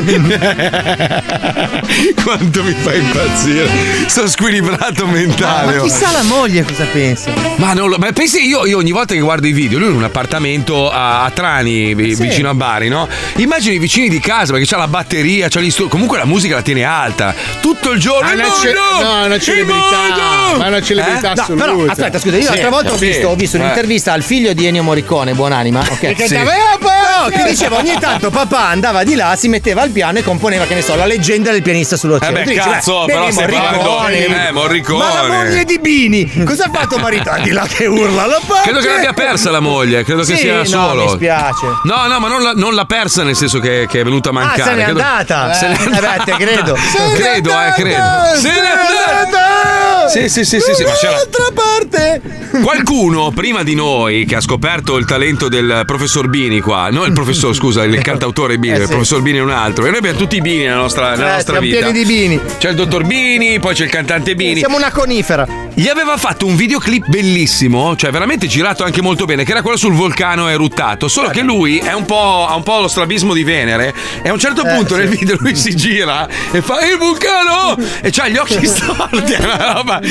Quanto mi fa impazzire. Sono squilibrato mentale. Ma chissà la moglie cosa pensa. Ma pensi io ogni volta che guardo i video, lui in un appartamento a Trani, vicino a Bari, no? Immagini i vicini di casa perché c'ha la batteria, c'ha gli comunque la musica la tiene alta tutto il giorno. È una celebrità. Ma è una celebrità assoluta. Però aspetta, scusa, io l'altra volta ho visto un'intervista al figlio di Ennio Morricone, buonanima, ok? Che diceva ogni tanto papà andava di là, si metteva al piano e componeva, che ne so, la leggenda del pianista sull'oceano. Cazzo, però stai parlando Morricone. Ma la moglie di Bini, cosa ha fatto marito? Di là che urla la pace. Credo che l'abbia persa la moglie, credo che sia solo. No, mi spiace. No, ma non l'ha persa nel senso che è venuta a mancare. Se n'è andata. Se n'è andata. Te credo. Credo. Se n'è andata. Sì. Ma c'era un'altra parte. Qualcuno prima di noi che ha scoperto il talento del professor Bini qua, no il professor, scusa, il cantautore Bini, il professor Bini è un altro. E noi abbiamo tutti i Bini nella nostra vita. Pieni di Bini. C'è il dottor Bini, poi c'è il cantante Bini. Siamo una conifera. Gli aveva fatto un videoclip bellissimo, cioè veramente girato anche molto bene, che era quello sul vulcano eruttato. Solo che lui è ha un po' lo strabismo di Venere. E a un certo punto nel video lui si gira e fa il vulcano! E c'ha gli occhi storti. È una roba.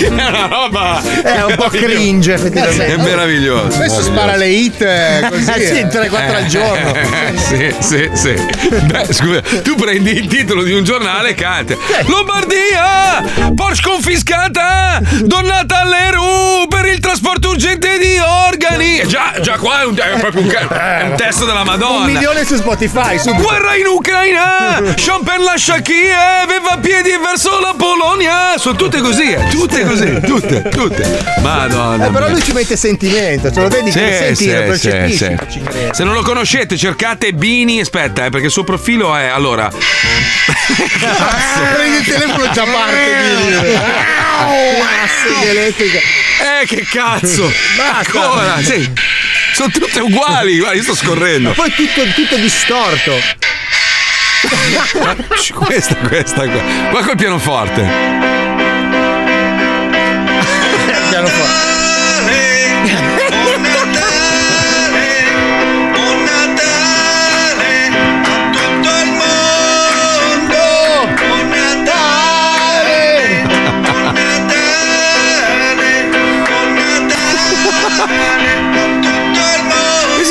È un po' cringe, effettivamente. È meraviglioso. Spesso spara le hit così. Sì, 3-4 al giorno. Sì. Beh, scusa, tu prendi il titolo di un giornale e canti. Lombardia! Porsche confiscata! Donnata all'Eru per il trasporto urgente di organi! Già qua è proprio un testo della Madonna. 1 milione su Spotify. Guerra in Ucraina! Champagne lascia Kiev e va a piedi verso la Polonia! Sono tutte così, tutte. Madonna. Però lui ci mette sentimento, ce lo vedi che lo percepisci. Se non lo conoscete, cercate Bini. Aspetta, perché il suo profilo è allora. Prendi il telefono, già parte. Elettrica. Che cazzo! Ancora, sì. Sono tutte uguali, guarda, io sto scorrendo. Ma poi tutto distorto. Questa qua. Qua col pianoforte. Pianoforte.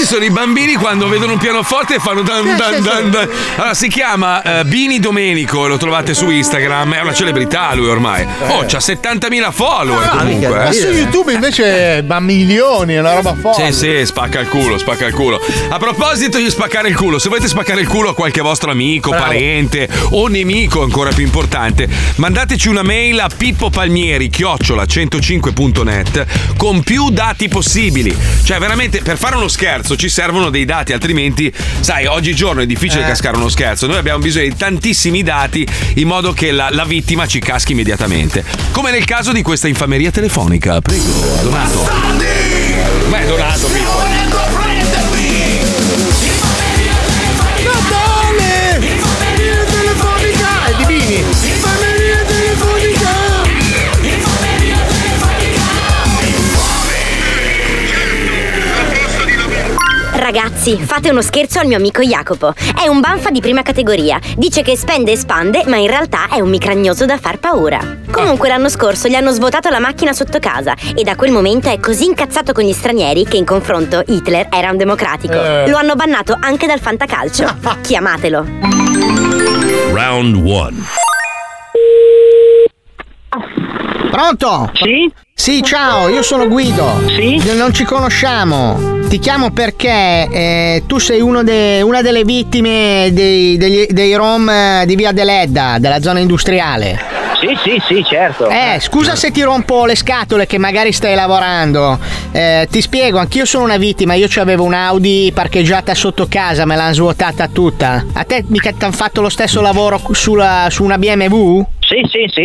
sono i bambini quando vedono un pianoforte e fanno dan. Allora si chiama Bini Domenico, lo trovate su Instagram, è una celebrità lui ormai. Oh, c'ha 70.000 follower comunque. Su YouTube invece ma milioni, è una roba forte. Sì, spacca il culo. A proposito di spaccare il culo, se volete spaccare il culo a qualche vostro amico, parente o nemico ancora più importante, mandateci una mail a pippopalmieri@105.net con più dati possibili. Cioè veramente per fare uno scherzo ci servono dei dati, altrimenti sai oggigiorno è difficile cascare uno scherzo. Noi abbiamo bisogno di tantissimi dati in modo che la vittima ci caschi immediatamente, come nel caso di questa infameria telefonica. Prego, Donato. Beh, Donato, Pippo. Natale! Infameria telefonica! È di Bini! Infameria telefonica! Ragazzi, fate uno scherzo al mio amico Jacopo. È un banfa di prima categoria. Dice che spende e spande, ma in realtà è un micragnoso da far paura. Comunque l'anno scorso gli hanno svuotato la macchina sotto casa e da quel momento è così incazzato con gli stranieri che in confronto Hitler era un democratico. Lo hanno bannato anche dal fantacalcio. Chiamatelo. Round 1. Pronto? Sì? Sì, ciao, io sono Guido. Sì? Non ci conosciamo. Ti chiamo perché tu sei una delle vittime dei Rom di Via Deledda, della zona industriale. Sì, certo. Scusa se ti rompo le scatole che magari stai lavorando. Ti spiego, anch'io sono una vittima. Io c'avevo un'Audi parcheggiata sotto casa, me l'hanno svuotata tutta. A te mica ti hanno fatto lo stesso lavoro su una BMW? Sì.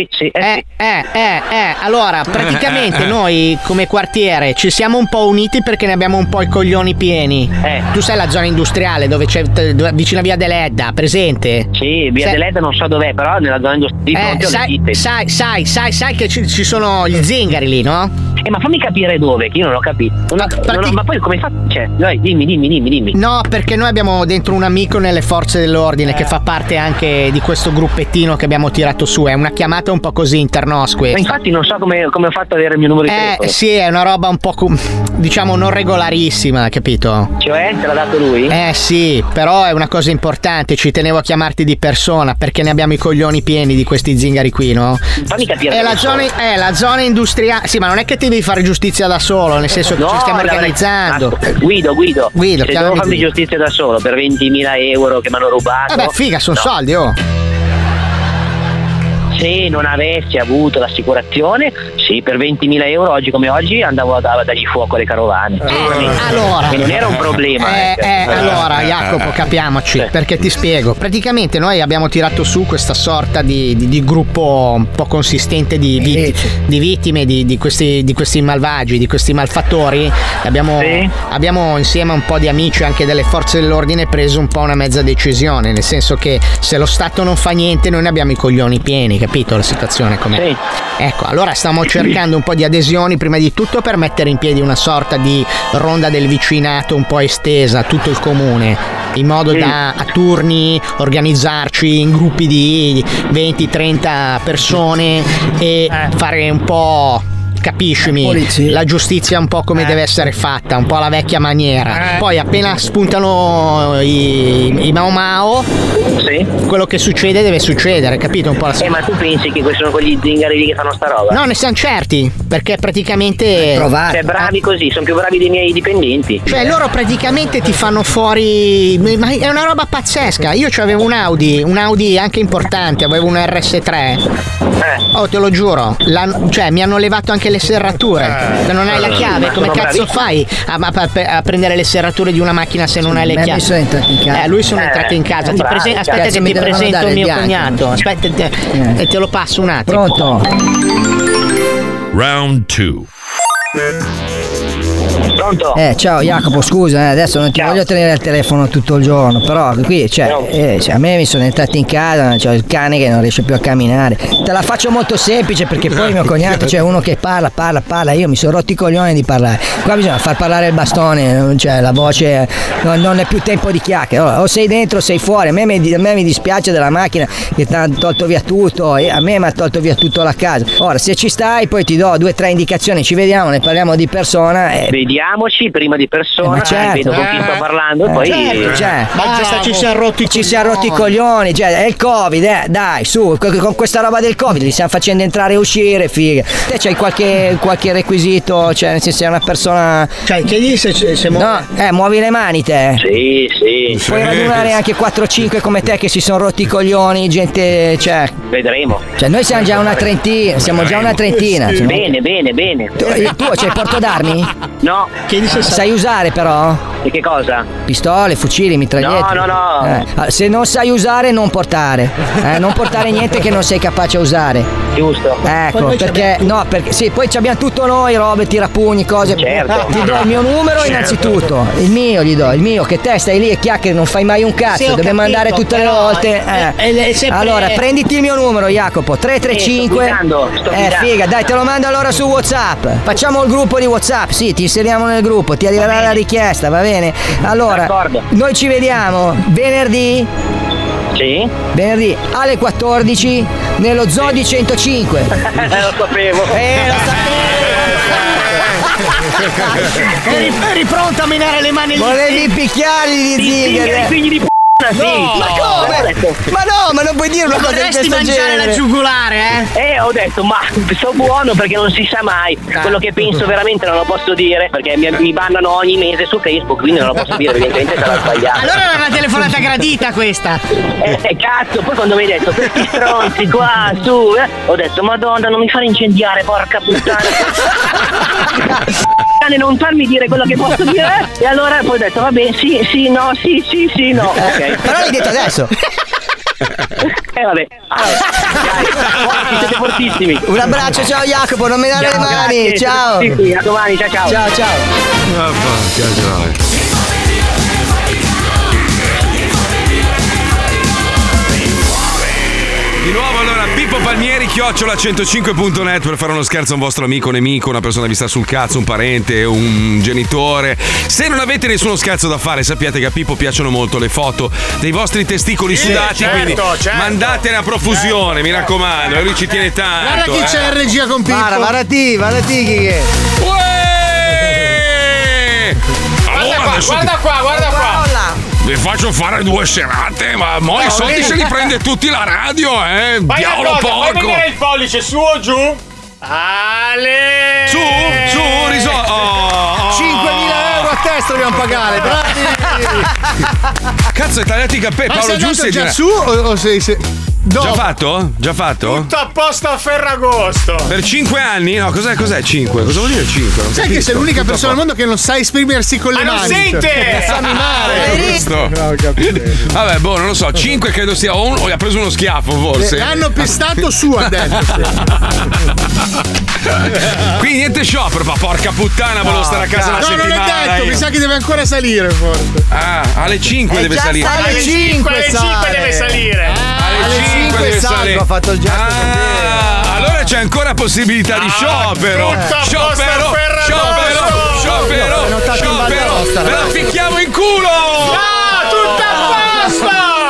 Allora, praticamente noi come quartiere ci siamo un po' uniti perché ne abbiamo un po' i coglioni pieni. Tu sai la zona industriale dove c'è vicino a Via Deledda, presente? Sì, Via Deledda non so dov'è, però nella zona industriale sai che ci sono gli zingari lì, no? Ma fammi capire dove, che io non ho capito. Ma poi come fa? Cioè, dai, dimmi. No, perché noi abbiamo dentro un amico nelle forze dell'ordine che fa parte anche di questo gruppettino che abbiamo tirato su. È una chiamata un po' così internosque. Ma infatti non so come ho fatto ad avere il mio numero di telefono. Sì, è una roba un po' diciamo non regolarissima, capito? Cioè, te l'ha dato lui? Sì, però è una cosa importante. Ci tenevo a chiamarti di persona perché ne abbiamo i coglioni pieni di questi zingari qui, no? Fammi capire. È la zona industriale. Sì, ma non è che ti devi fare giustizia da solo, nel senso che ci stiamo organizzando. Guido, se devo farmi Guido. giustizia da solo per 20.000 euro che mi hanno rubato. Figa, sono soldi, oh. Se non avessi avuto l'assicurazione, sì, per 20.000 euro oggi come oggi andavo a dargli fuoco alle carovane. Allora, che non era un problema. Allora, Jacopo, capiamoci, perché ti spiego. Praticamente noi abbiamo tirato su questa sorta di gruppo un po' consistente di vittime di questi malvagi, di questi malfattori. Abbiamo insieme a un po' di amici anche delle forze dell'ordine preso un po' una mezza decisione, nel senso che se lo Stato non fa niente noi ne abbiamo i coglioni pieni, capito la situazione com'è? Sì. Ecco, allora stiamo cercando un po' di adesioni prima di tutto per mettere in piedi una sorta di ronda del vicinato un po' estesa a tutto il comune, in modo da a turni organizzarci in gruppi di 20-30 persone e fare un po', capiscimi, la giustizia un po' come deve essere fatta, un po' alla vecchia maniera. Poi appena spuntano i Mao Mao, quello che succede deve succedere, capito un po' la ma tu pensi che questi sono quegli zingari lì che fanno sta roba? No, ne siamo certi, perché praticamente cioè bravi così, sono più bravi dei miei dipendenti. Cioè loro praticamente ti fanno fuori, ma è una roba pazzesca. Io c'avevo un Audi anche importante, avevo un RS3. Oh, te lo giuro, cioè mi hanno levato anche le serrature. Se non hai la chiave, come cazzo fai a prendere le serrature di una macchina se non hai le chiavi? Sono entrati in casa. Lui sono entrato in casa. Aspetta che ti presento il mio cognato. Aspetta e te lo passo un attimo. Pronto? Round 2. Pronto? Ciao Jacopo, scusa, adesso non ti voglio tenere al telefono tutto il giorno, però qui a me mi sono entrati in casa, c'ho il cane che non riesce più a camminare. Te la faccio molto semplice perché poi mio cognato c'è uno che parla, io mi sono rotto i coglioni di parlare. Qua bisogna far parlare il bastone, cioè la voce non è più tempo di chiacchiere. Allora, o sei dentro o sei fuori. A me mi dispiace della macchina che ti ha tolto via tutto, e a me mi ha tolto via tutto la casa. Ora se ci stai poi ti do 2 o 3 indicazioni, ci vediamo, ne parliamo di persona. Vediamo vediamoci prima di persona, certo. vedo con chi sto parlando e poi ci siamo rotti i coglioni, è il Covid, dai, su, con questa roba del Covid li stiamo facendo entrare e uscire, figa. Te c'hai qualche requisito, cioè nel senso sei una persona, cioè chiedi se muove. No, muovi le mani te. Sì. Puoi radunare anche 4-5 come te che si sono rotti i coglioni, gente, cioè. Vedremo. Cioè noi siamo già una trentina, Sì. Bene. Tu c'hai porto d'armi? No. Chiedi se sai usare però? E che cosa? Pistole, fucili, mitragliette. No. Se non sai usare non portare. Non portare niente che non sei capace a usare. Giusto. Ecco, perché sì, poi abbiamo tutto noi, robe, tirapugni, cose. Certo. Ti do il mio numero innanzitutto. Il mio, che te stai lì e chiacchieri, non fai mai un cazzo, Sì, dobbiamo andare tutte le volte. Allora, prenditi il mio numero, Jacopo, 335. Sto guidando. Figa, dai, te lo mando allora su WhatsApp. Facciamo il gruppo di WhatsApp, sì, ti inseriamo nel gruppo, ti arriverà la richiesta, va bene? Allora, d'accordo. noi ci vediamo venerdì. Sì. Venerdì alle 14 nello Zoo di 105. Lo sapevo. Eri pronto a menare le mani Volevi picchiarli di zingare. Figli di No, ma come? Ma non puoi dire una cosa di questo mangiare genere. la giugulare, ho detto, ma sto buono perché non si sa mai. Quello che penso veramente non lo posso dire perché mi bannano ogni mese su Facebook, quindi non lo posso dire, evidentemente sarà sbagliato. Allora era una telefonata gradita questa. Cazzo, poi quando mi hai detto questi stronzi qua, su, ho detto, madonna, non mi fare incendiare, porca puttana. Non farmi dire quello che posso dire, e allora poi ho detto, vabbè, sì, no. Ok. Però l'hai detto adesso. Vabbè. Dai, siete fortissimi. Un abbraccio, ciao Jacopo, non me dare le mani. Grazie. Ciao. Sì, a domani, ciao. Di nuovo allora Pippo Palmieri @105.net per fare uno scherzo a un vostro amico, nemico, una persona vista sul cazzo, un parente, un genitore. Se non avete nessuno scherzo da fare, sappiate che a Pippo piacciono molto le foto dei vostri testicoli sudati, certo, quindi mandatene a profusione, mi raccomando, lui ci tiene tanto. Guarda chi c'è in regia con Pippo. Guarda ti che. Guarda qua. Vi faccio fare 2 serate, ma mo i soldi se li prende tutti la radio, diavolo porco. Fai vedere il pollice, su o giù? Ale! Su, risolvo. 5.000 euro a testa dobbiamo pagare, bravi. Cazzo, hai tagliato i capelli, Ma Paolo Giusti. già su o sei Già fatto? Tutto a posto a Ferragosto. Per 5 anni? No, cos'è 5? Cosa vuol dire 5? Sai che sei l'unica persona al mondo che non sa esprimersi con le Ma mani. non sente! Sa mimare. Vabbè, non lo so. 5 credo sia o ha preso uno schiaffo, forse. L'hanno pestato su, ha detto. Quindi niente sciopero, ma porca puttana, volevo stare a casa una settimana. No, non è detto, mi sa che deve ancora salire, forse. Alle 5 deve salire. Alle 5 deve salire. Alle 5 deve salire. Ha fatto il gesto. Allora c'è ancora possibilità di sciopero. Sciopero. Ve la ficchiamo in culo. Tutto a posto.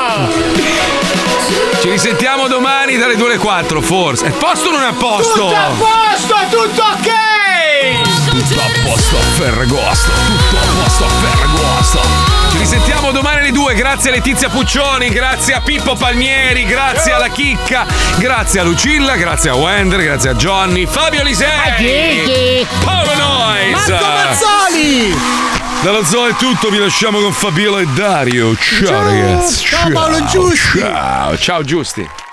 Ci risentiamo domani dalle 2 alle 4, forse. È posto o non è a posto? Tutto a posto, tutto ok. Tutto a posto a Ferragosto. Ci risentiamo domani alle 2. Grazie a Letizia Puccioni, grazie a Pippo Palmieri, grazie alla Chicca, grazie a Lucilla, grazie a Wender, grazie a Johnny, Fabio Lisei, Paolo Noyes, Marco Mazzoli. Dallo Zoo è tutto, vi lasciamo con Fabiola e Dario. Ciao ragazzi. Ciao Paolo Giusti. Ciao Giusti.